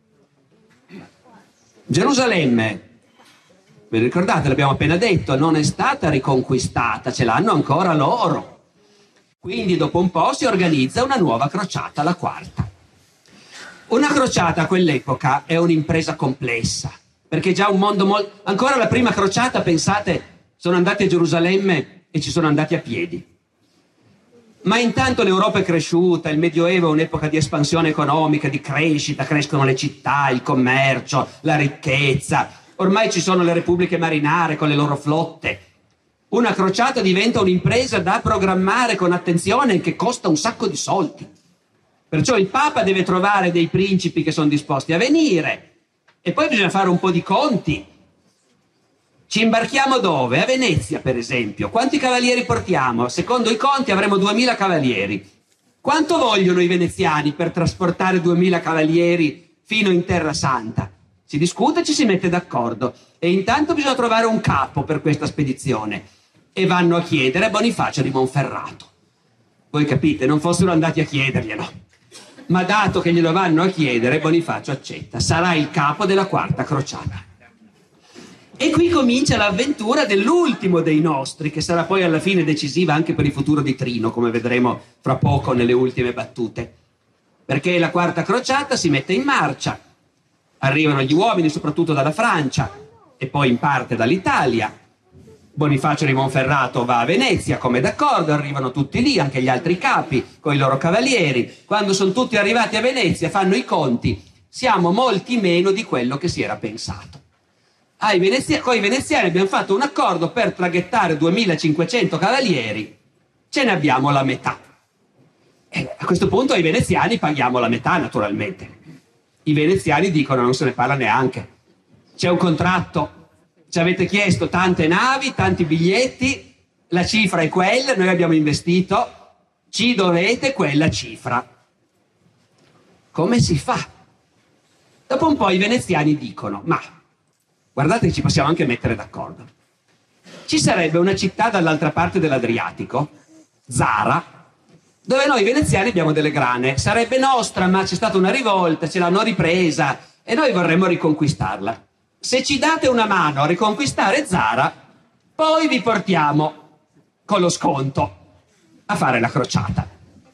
Gerusalemme, vi ricordate, l'abbiamo appena detto, non è stata riconquistata, ce l'hanno ancora loro. Quindi dopo un po' si organizza una nuova crociata, la quarta. Una crociata a quell'epoca è un'impresa complessa, perché già un mondo ancora la prima crociata, pensate, sono andati a Gerusalemme e ci sono andati a piedi. Ma intanto l'Europa è cresciuta, il Medioevo è un'epoca di espansione economica, di crescita, crescono le città, il commercio, la ricchezza. Ormai ci sono le repubbliche marinare con le loro flotte. Una crociata diventa un'impresa da programmare con attenzione che costa un sacco di soldi. Perciò il Papa deve trovare dei principi che sono disposti a venire e poi bisogna fare un po' di conti. Ci imbarchiamo dove? A Venezia, per esempio. Quanti cavalieri portiamo? Secondo i conti avremo 2000 cavalieri. Quanto vogliono i veneziani per trasportare 2000 cavalieri fino in Terra Santa? Si discute e ci si mette d'accordo. E intanto bisogna trovare un capo per questa spedizione. E vanno a chiedere a Bonifacio di Monferrato. Voi capite, non fossero andati a chiederglielo. Ma dato che glielo vanno a chiedere, Bonifacio accetta. Sarà il capo della quarta crociata. E qui comincia l'avventura dell'ultimo dei nostri, che sarà poi alla fine decisiva anche per il futuro di Trino, come vedremo fra poco nelle ultime battute. Perché la quarta crociata si mette in marcia, arrivano gli uomini soprattutto dalla Francia e poi in parte dall'Italia. Bonifacio di Monferrato va a Venezia, come d'accordo, arrivano tutti lì, anche gli altri capi con i loro cavalieri. Quando sono tutti arrivati a Venezia fanno i conti. siamo molti meno di quello che si era pensato. Con i veneziani abbiamo fatto un accordo per traghettare 2500 cavalieri, ce ne abbiamo la metà. E a questo punto ai veneziani paghiamo la metà, naturalmente. I veneziani dicono non se ne parla neanche. C'è un contratto, ci avete chiesto tante navi, tanti biglietti, la cifra è quella, noi abbiamo investito, ci dovete quella cifra. Come si fa? Dopo un po' i veneziani dicono, ma guardate che ci possiamo anche mettere d'accordo. Ci sarebbe una città dall'altra parte dell'Adriatico, Zara, dove noi veneziani abbiamo delle grane. Sarebbe nostra, ma c'è stata una rivolta, ce l'hanno ripresa e noi vorremmo riconquistarla. Se ci date una mano a riconquistare Zara, poi vi portiamo con lo sconto a fare la crociata.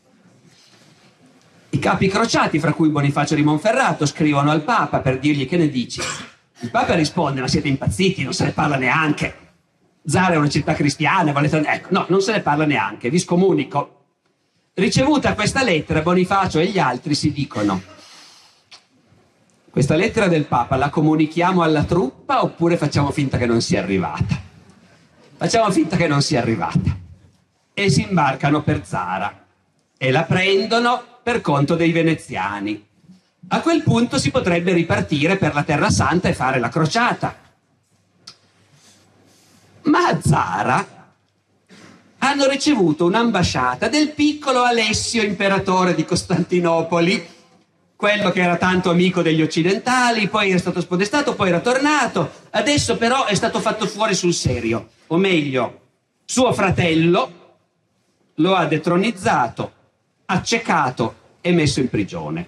I capi crociati, fra cui Bonifacio di Monferrato, scrivono al Papa per dirgli che ne dici. Il Papa risponde, ma siete impazziti, non se ne parla neanche. Zara è una città cristiana, ecco, no, non se ne parla neanche, vi scomunico. Ricevuta questa lettera, Bonifacio e gli altri si dicono, questa lettera del Papa la comunichiamo alla truppa oppure facciamo finta che non sia arrivata? Facciamo finta che non sia arrivata. E si imbarcano per Zara e la prendono per conto dei veneziani. A quel punto si potrebbe ripartire per la Terra Santa e fare la crociata. Ma a Zara hanno ricevuto un'ambasciata del piccolo Alessio, imperatore di Costantinopoli, quello che era tanto amico degli occidentali, poi era stato spodestato, poi era tornato, adesso però è stato fatto fuori sul serio, o meglio, suo fratello lo ha detronizzato, accecato e messo in prigione.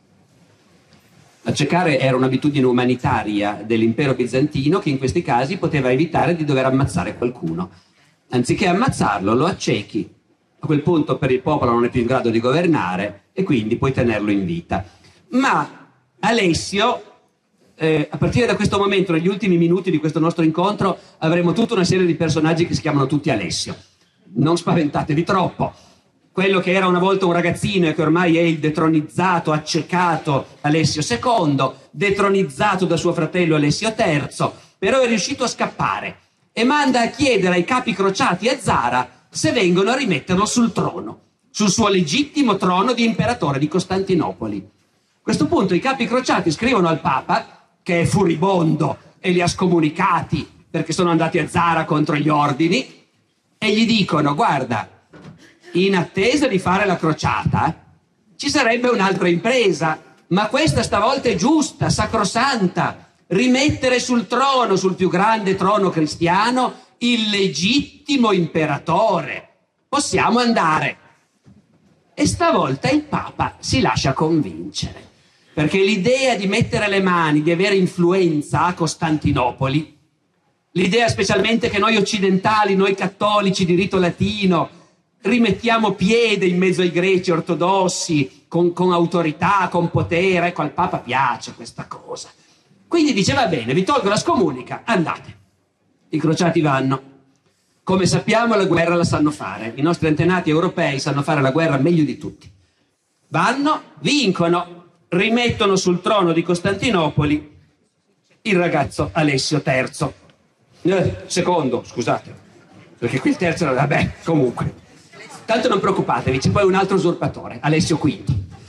Accecare era un'abitudine umanitaria dell'impero bizantino che in questi casi poteva evitare di dover ammazzare qualcuno. Anziché ammazzarlo, lo accechi. A quel punto per il popolo non è più in grado di governare e quindi puoi tenerlo in vita. Ma Alessio, a partire da questo momento, negli ultimi minuti di questo nostro incontro, avremo tutta una serie di personaggi che si chiamano tutti Alessio. Non spaventatevi troppo. Quello che era una volta un ragazzino e che ormai è il detronizzato, accecato Alessio II, detronizzato da suo fratello Alessio III, però è riuscito a scappare e manda a chiedere ai capi crociati a Zara se vengono a rimetterlo sul trono, sul suo legittimo trono di imperatore di Costantinopoli. A questo punto i capi crociati scrivono al Papa, che è furibondo e li ha scomunicati perché sono andati a Zara contro gli ordini, e gli dicono, guarda, in attesa di fare la crociata ci sarebbe un'altra impresa, ma questa stavolta è giusta, sacrosanta, rimettere sul trono, sul più grande trono cristiano, il legittimo imperatore. Possiamo andare. E stavolta il Papa si lascia convincere, perché l'idea di mettere le mani, di avere influenza a Costantinopoli, l'idea specialmente che noi occidentali, noi cattolici di rito latino, rimettiamo piede in mezzo ai greci ortodossi, con autorità, con potere, ecco, al Papa piace questa cosa. Quindi dice, va bene, vi tolgo la scomunica, andate. I crociati vanno. Come sappiamo, la guerra la sanno fare. I nostri antenati europei sanno fare la guerra meglio di tutti. Vanno, vincono, rimettono sul trono di Costantinopoli il ragazzo Alessio III. Secondo, scusate, perché qui il terzo era, vabbè, comunque. Tanto non preoccupatevi, c'è poi un altro usurpatore, Alessio V.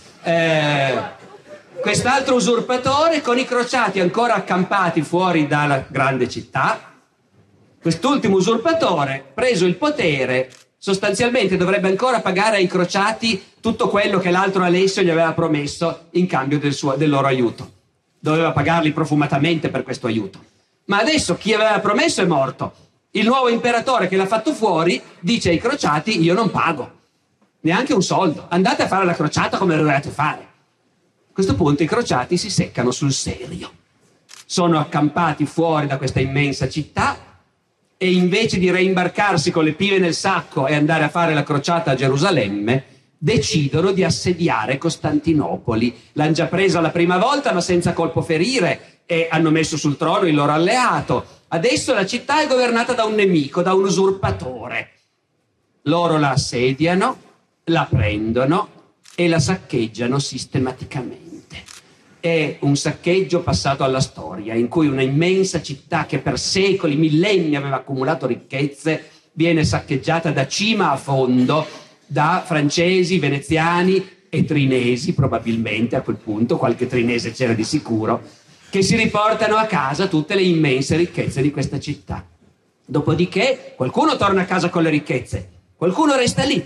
Quest'altro usurpatore, con i crociati ancora accampati fuori dalla grande città, quest'ultimo usurpatore, preso il potere, sostanzialmente dovrebbe ancora pagare ai crociati tutto quello che l'altro Alessio gli aveva promesso in cambio del loro aiuto. Doveva pagarli profumatamente per questo aiuto. Ma adesso chi aveva promesso è morto. Il nuovo imperatore che l'ha fatto fuori dice ai crociati, io non pago neanche un soldo, andate a fare la crociata come dovete fare. A questo punto i crociati si seccano sul serio, sono accampati fuori da questa immensa città e invece di reimbarcarsi con le pive nel sacco e andare a fare la crociata a Gerusalemme, decidono di assediare Costantinopoli. L'hanno già presa la prima volta ma senza colpo ferire e hanno messo sul trono il loro alleato. Adesso la città è governata da un nemico, da un usurpatore. Loro la assediano, la prendono e la saccheggiano sistematicamente. è un saccheggio passato alla storia, in cui una immensa città che per secoli, millenni aveva accumulato ricchezze, viene saccheggiata da cima a fondo da francesi, veneziani e trinesi, probabilmente a quel punto, qualche trinese c'era di sicuro, che si riportano a casa tutte le immense ricchezze di questa città. Dopodiché qualcuno torna a casa con le ricchezze, qualcuno resta lì.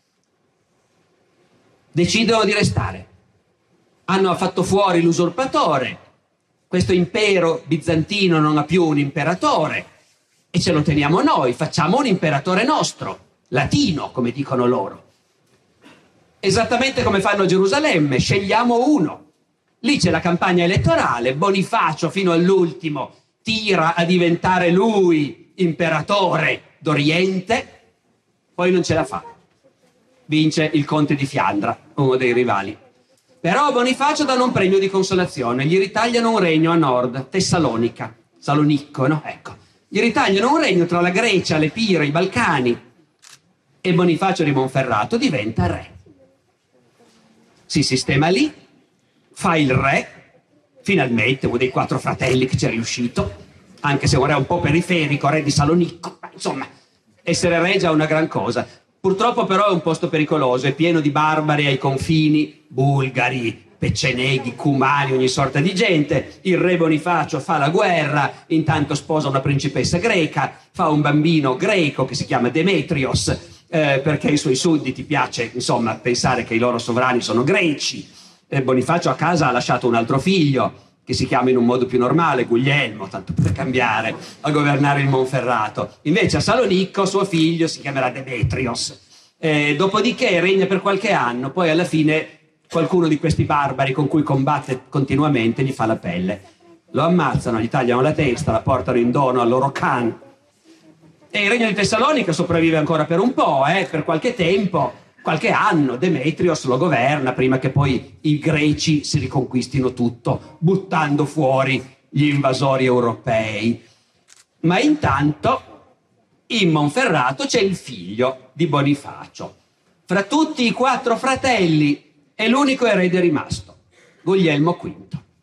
Decidono di restare. Hanno fatto fuori l'usurpatore, questo impero bizantino non ha più un imperatore e ce lo teniamo noi, facciamo un imperatore nostro, latino come dicono loro. Esattamente come fanno a Gerusalemme, scegliamo uno. Lì c'è la campagna elettorale, Bonifacio fino all'ultimo tira a diventare lui imperatore d'Oriente, poi non ce la fa. Vince il conte di Fiandra, uno dei rivali. Però Bonifacio danno un premio di consolazione, gli ritagliano un regno a nord, Tessalonica, Salonicco, no? Ecco. Gli ritagliano un regno tra la Grecia, l'Epiro, i Balcani e Bonifacio di Monferrato diventa re. Si sistema lì, fa il re, finalmente uno dei 4 fratelli che ci è riuscito, anche se un re un po' periferico, re di Salonicco, ma insomma, essere re è già una gran cosa. Purtroppo però è un posto pericoloso, è pieno di barbari ai confini, bulgari, pecceneghi, cumani, ogni sorta di gente. Il re Bonifacio fa la guerra, intanto sposa una principessa greca, fa un bambino greco che si chiama Demetrios, perché ai suoi sudditi piace, insomma, pensare che i loro sovrani sono greci. Bonifacio a casa ha lasciato un altro figlio, che si chiama in un modo più normale, Guglielmo, tanto per cambiare, a governare il Monferrato. Invece a Salonicco suo figlio si chiamerà Demetrios. Dopodiché regna per qualche anno, poi alla fine qualcuno di questi barbari con cui combatte continuamente gli fa la pelle. Lo ammazzano, gli tagliano la testa, la portano in dono al loro Khan. E il regno di Tessalonica sopravvive ancora per un po', per qualche tempo, qualche anno. Demetrios lo governa prima che poi i greci si riconquistino tutto, buttando fuori gli invasori europei. Ma intanto in Monferrato c'è il figlio di Bonifacio. Fra tutti i 4 fratelli è l'unico erede rimasto, Guglielmo V.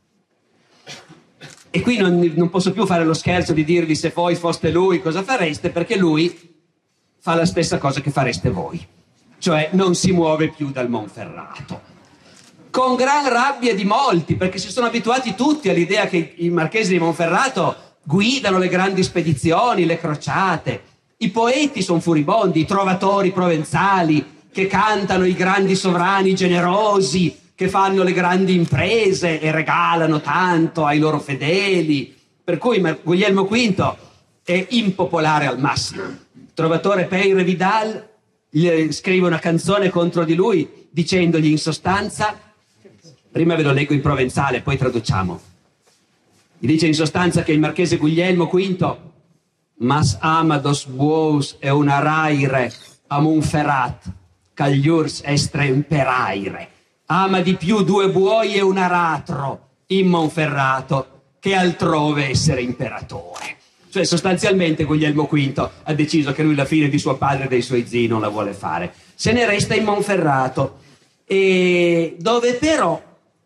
E qui non posso più fare lo scherzo di dirvi se voi foste lui cosa fareste, perché lui fa la stessa cosa che fareste voi. Cioè non si muove più dal Monferrato. Con gran rabbia di molti, perché si sono abituati tutti all'idea che i marchesi di Monferrato guidano le grandi spedizioni, le crociate. I poeti sono furibondi, i trovatori provenzali che cantano i grandi sovrani generosi, che fanno le grandi imprese e regalano tanto ai loro fedeli. Per cui Guglielmo V è impopolare al massimo. Il trovatore Peire Vidal gli scrive una canzone contro di lui dicendogli in sostanza, prima ve lo leggo in provenzale poi traduciamo, gli dice in sostanza che il marchese Guglielmo V mas ama dos buous e una raire a Monferrat cagliurs estre imperaire, ama di più 2 buoi e un aratro in Monferrato che altrove essere imperatore. Cioè sostanzialmente Guglielmo V ha deciso che lui la fine di suo padre e dei suoi zii non la vuole fare. Se ne resta in Monferrato, e dove però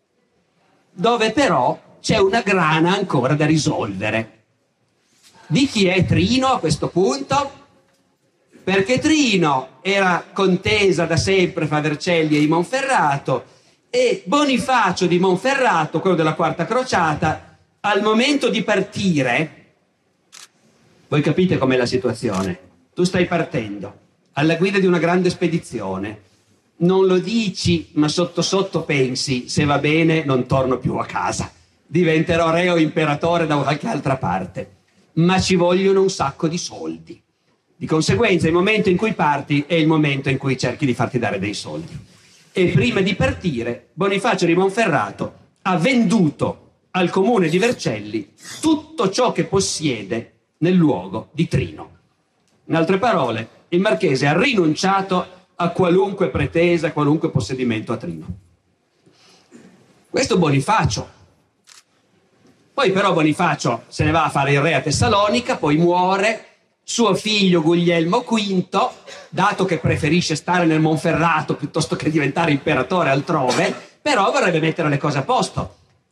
c'è una grana ancora da risolvere. Di chi è Trino a questo punto? Perché Trino era contesa da sempre fra Vercelli e di Monferrato e Bonifacio di Monferrato, quello della Quarta Crociata, al momento di partire. Voi capite com'è la situazione. Tu stai partendo alla guida di una grande spedizione. Non lo dici, ma sotto sotto pensi, se va bene non torno più a casa. Diventerò re o imperatore da qualche altra parte. Ma ci vogliono un sacco di soldi. Di conseguenza il momento in cui parti è il momento in cui cerchi di farti dare dei soldi. E prima di partire, Bonifacio di Monferrato ha venduto al comune di Vercelli tutto ciò che possiede nel luogo di Trino. In altre parole, il marchese ha rinunciato a qualunque pretesa, a qualunque possedimento a Trino. Questo Bonifacio. Poi però Bonifacio se ne va a fare il re a Tessalonica, poi muore, suo figlio Guglielmo V, dato che preferisce stare nel Monferrato piuttosto che diventare imperatore altrove, però vorrebbe mettere le cose a posto.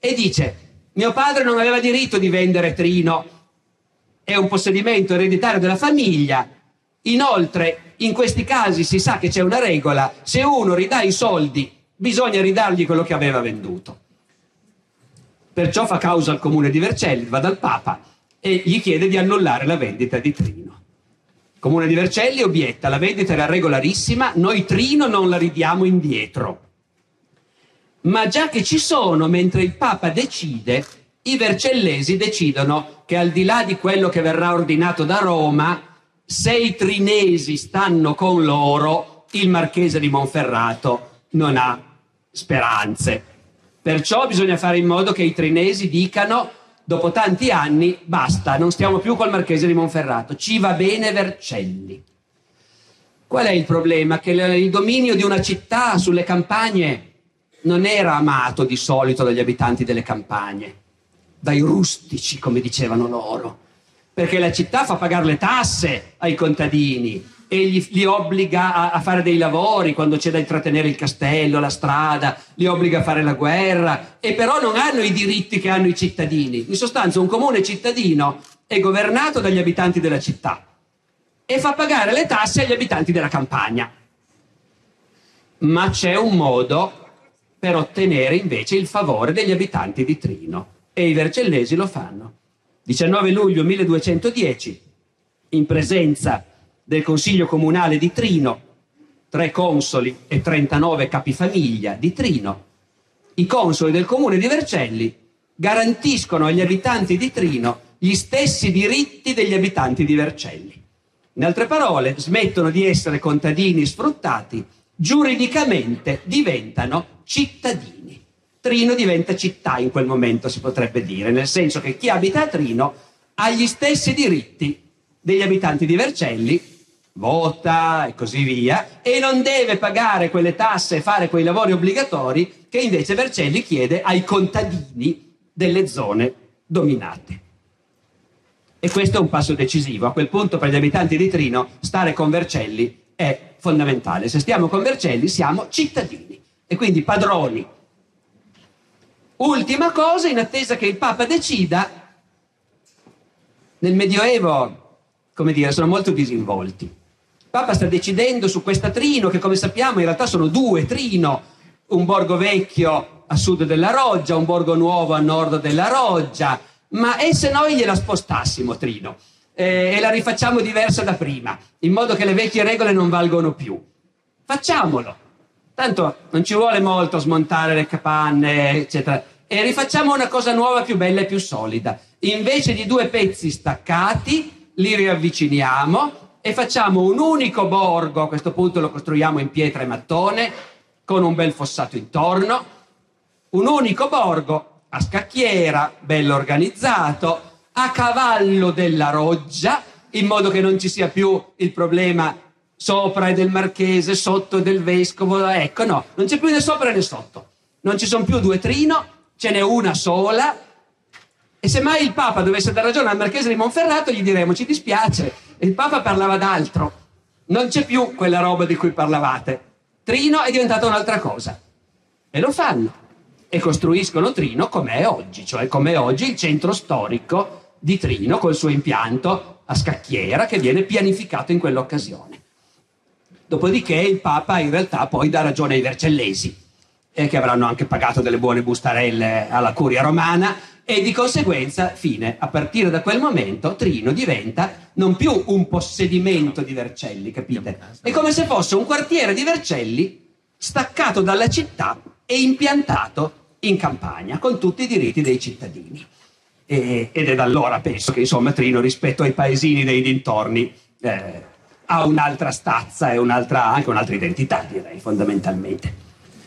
e dice: mio padre non aveva diritto di vendere Trino, è un possedimento ereditario della famiglia. Inoltre, in questi casi si sa che c'è una regola: se uno ridà i soldi, bisogna ridargli quello che aveva venduto. Perciò fa causa al comune di Vercelli, va dal Papa e gli chiede di annullare la vendita di Trino. Il comune di Vercelli obietta: la vendita era regolarissima, noi Trino non la ridiamo indietro. Ma già che ci sono, mentre il Papa decide, i vercellesi decidono che, al di là di quello che verrà ordinato da Roma, se i trinesi stanno con loro, il marchese di Monferrato non ha speranze. Perciò bisogna fare in modo che i trinesi dicano, dopo tanti anni: basta, non stiamo più col marchese di Monferrato, ci va bene Vercelli. Qual è il problema? Che il dominio di una città sulle campagne non era amato di solito dagli abitanti delle campagne, dai rustici, come dicevano loro, perché la città fa pagare le tasse ai contadini e li obbliga a fare dei lavori quando c'è da intrattenere il castello, la strada, li obbliga a fare la guerra, e però non hanno i diritti che hanno i cittadini. In sostanza, un comune cittadino è governato dagli abitanti della città e fa pagare le tasse agli abitanti della campagna. Ma c'è un modo per ottenere invece il favore degli abitanti di Trino, e i vercellesi lo fanno. 19 luglio 1210, in presenza del Consiglio Comunale di Trino, 3 consoli e 39 capifamiglia di Trino, i consoli del comune di Vercelli garantiscono agli abitanti di Trino gli stessi diritti degli abitanti di Vercelli. In altre parole, smettono di essere contadini sfruttati, giuridicamente diventano cittadini. Trino diventa città in quel momento, si potrebbe dire, nel senso che chi abita a Trino ha gli stessi diritti degli abitanti di Vercelli, vota e così via, e non deve pagare quelle tasse e fare quei lavori obbligatori che invece Vercelli chiede ai contadini delle zone dominate. E questo è un passo decisivo. A quel punto, per gli abitanti di Trino, stare con Vercelli è fondamentale. Se stiamo con Vercelli siamo cittadini e quindi padroni. Ultima cosa, in attesa che il Papa decida, nel Medioevo, come dire, sono molto disinvolti. Il Papa sta decidendo su questa Trino, che come sappiamo in realtà sono 2 Trino, un borgo vecchio a sud della Roggia, un borgo nuovo a nord della Roggia. Ma e se noi gliela spostassimo Trino e la rifacciamo diversa da prima, in modo che le vecchie regole non valgono più? Facciamolo, tanto non ci vuole molto smontare le capanne, eccetera, e rifacciamo una cosa nuova, più bella e più solida. Invece di 2 pezzi staccati, li riavviciniamo e facciamo un unico borgo. A questo punto lo costruiamo in pietra e mattone, con un bel fossato intorno, un unico borgo a scacchiera, bello organizzato, a cavallo della Roggia, in modo che non ci sia più il problema sopra è del marchese, sotto è del vescovo. Ecco, no, non c'è più né sopra né sotto. Non ci sono più 2 Trino, ce n'è una sola. E se mai il Papa dovesse dar ragione al marchese di Monferrato, gli diremo: ci dispiace, il Papa parlava d'altro. Non c'è più quella roba di cui parlavate. Trino è diventata un'altra cosa. E lo fanno. E costruiscono Trino come è oggi, cioè come è oggi il centro storico di Trino, col suo impianto a scacchiera che viene pianificato in quell'occasione. Dopodiché il Papa in realtà poi dà ragione ai vercellesi, che avranno anche pagato delle buone bustarelle alla curia romana, e di conseguenza, fine, a partire da quel momento Trino diventa non più un possedimento di Vercelli, capite? È come se fosse un quartiere di Vercelli staccato dalla città e impiantato in campagna, con tutti i diritti dei cittadini. Ed è da allora, penso, che insomma Trino, rispetto ai paesini dei dintorni, ha un'altra stazza e anche un'altra identità, direi, fondamentalmente.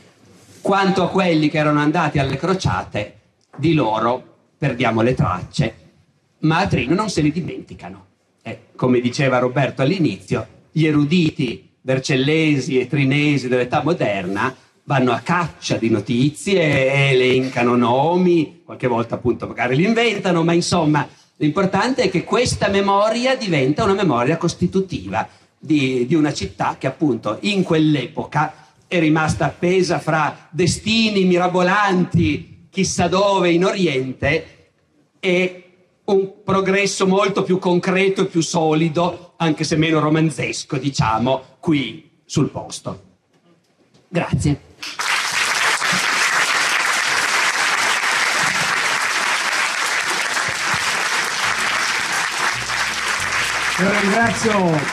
Quanto a quelli che erano andati alle crociate, di loro perdiamo le tracce, ma a Trino non se li dimenticano. Come diceva Roberto all'inizio, gli eruditi vercellesi e trinesi dell'età moderna vanno a caccia di notizie, elencano nomi, qualche volta appunto magari li inventano, ma insomma l'importante è che questa memoria diventa una memoria costitutiva di una città che appunto in quell'epoca è rimasta appesa fra destini mirabolanti chissà dove in Oriente, e un progresso molto più concreto e più solido, anche se meno romanzesco, diciamo, qui sul posto. Grazie. Io ringrazio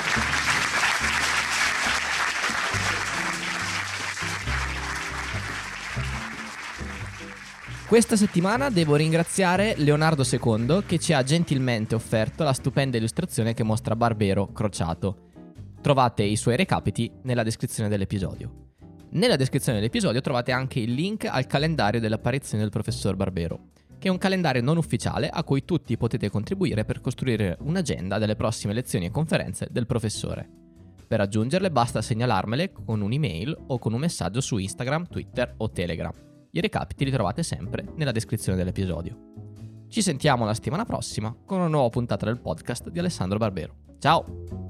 Questa settimana devo ringraziare Leonardo II che ci ha gentilmente offerto la stupenda illustrazione che mostra Barbero crociato. Trovate i suoi recapiti nella descrizione dell'episodio. Nella descrizione dell'episodio trovate anche il link al calendario dell'apparizione del professor Barbero, che è un calendario non ufficiale a cui tutti potete contribuire per costruire un'agenda delle prossime lezioni e conferenze del professore. Per raggiungerle basta segnalarmele con un'email o con un messaggio su Instagram, Twitter o Telegram. I recapiti li trovate sempre nella descrizione dell'episodio. Ci sentiamo la settimana prossima con una nuova puntata del podcast di Alessandro Barbero. Ciao!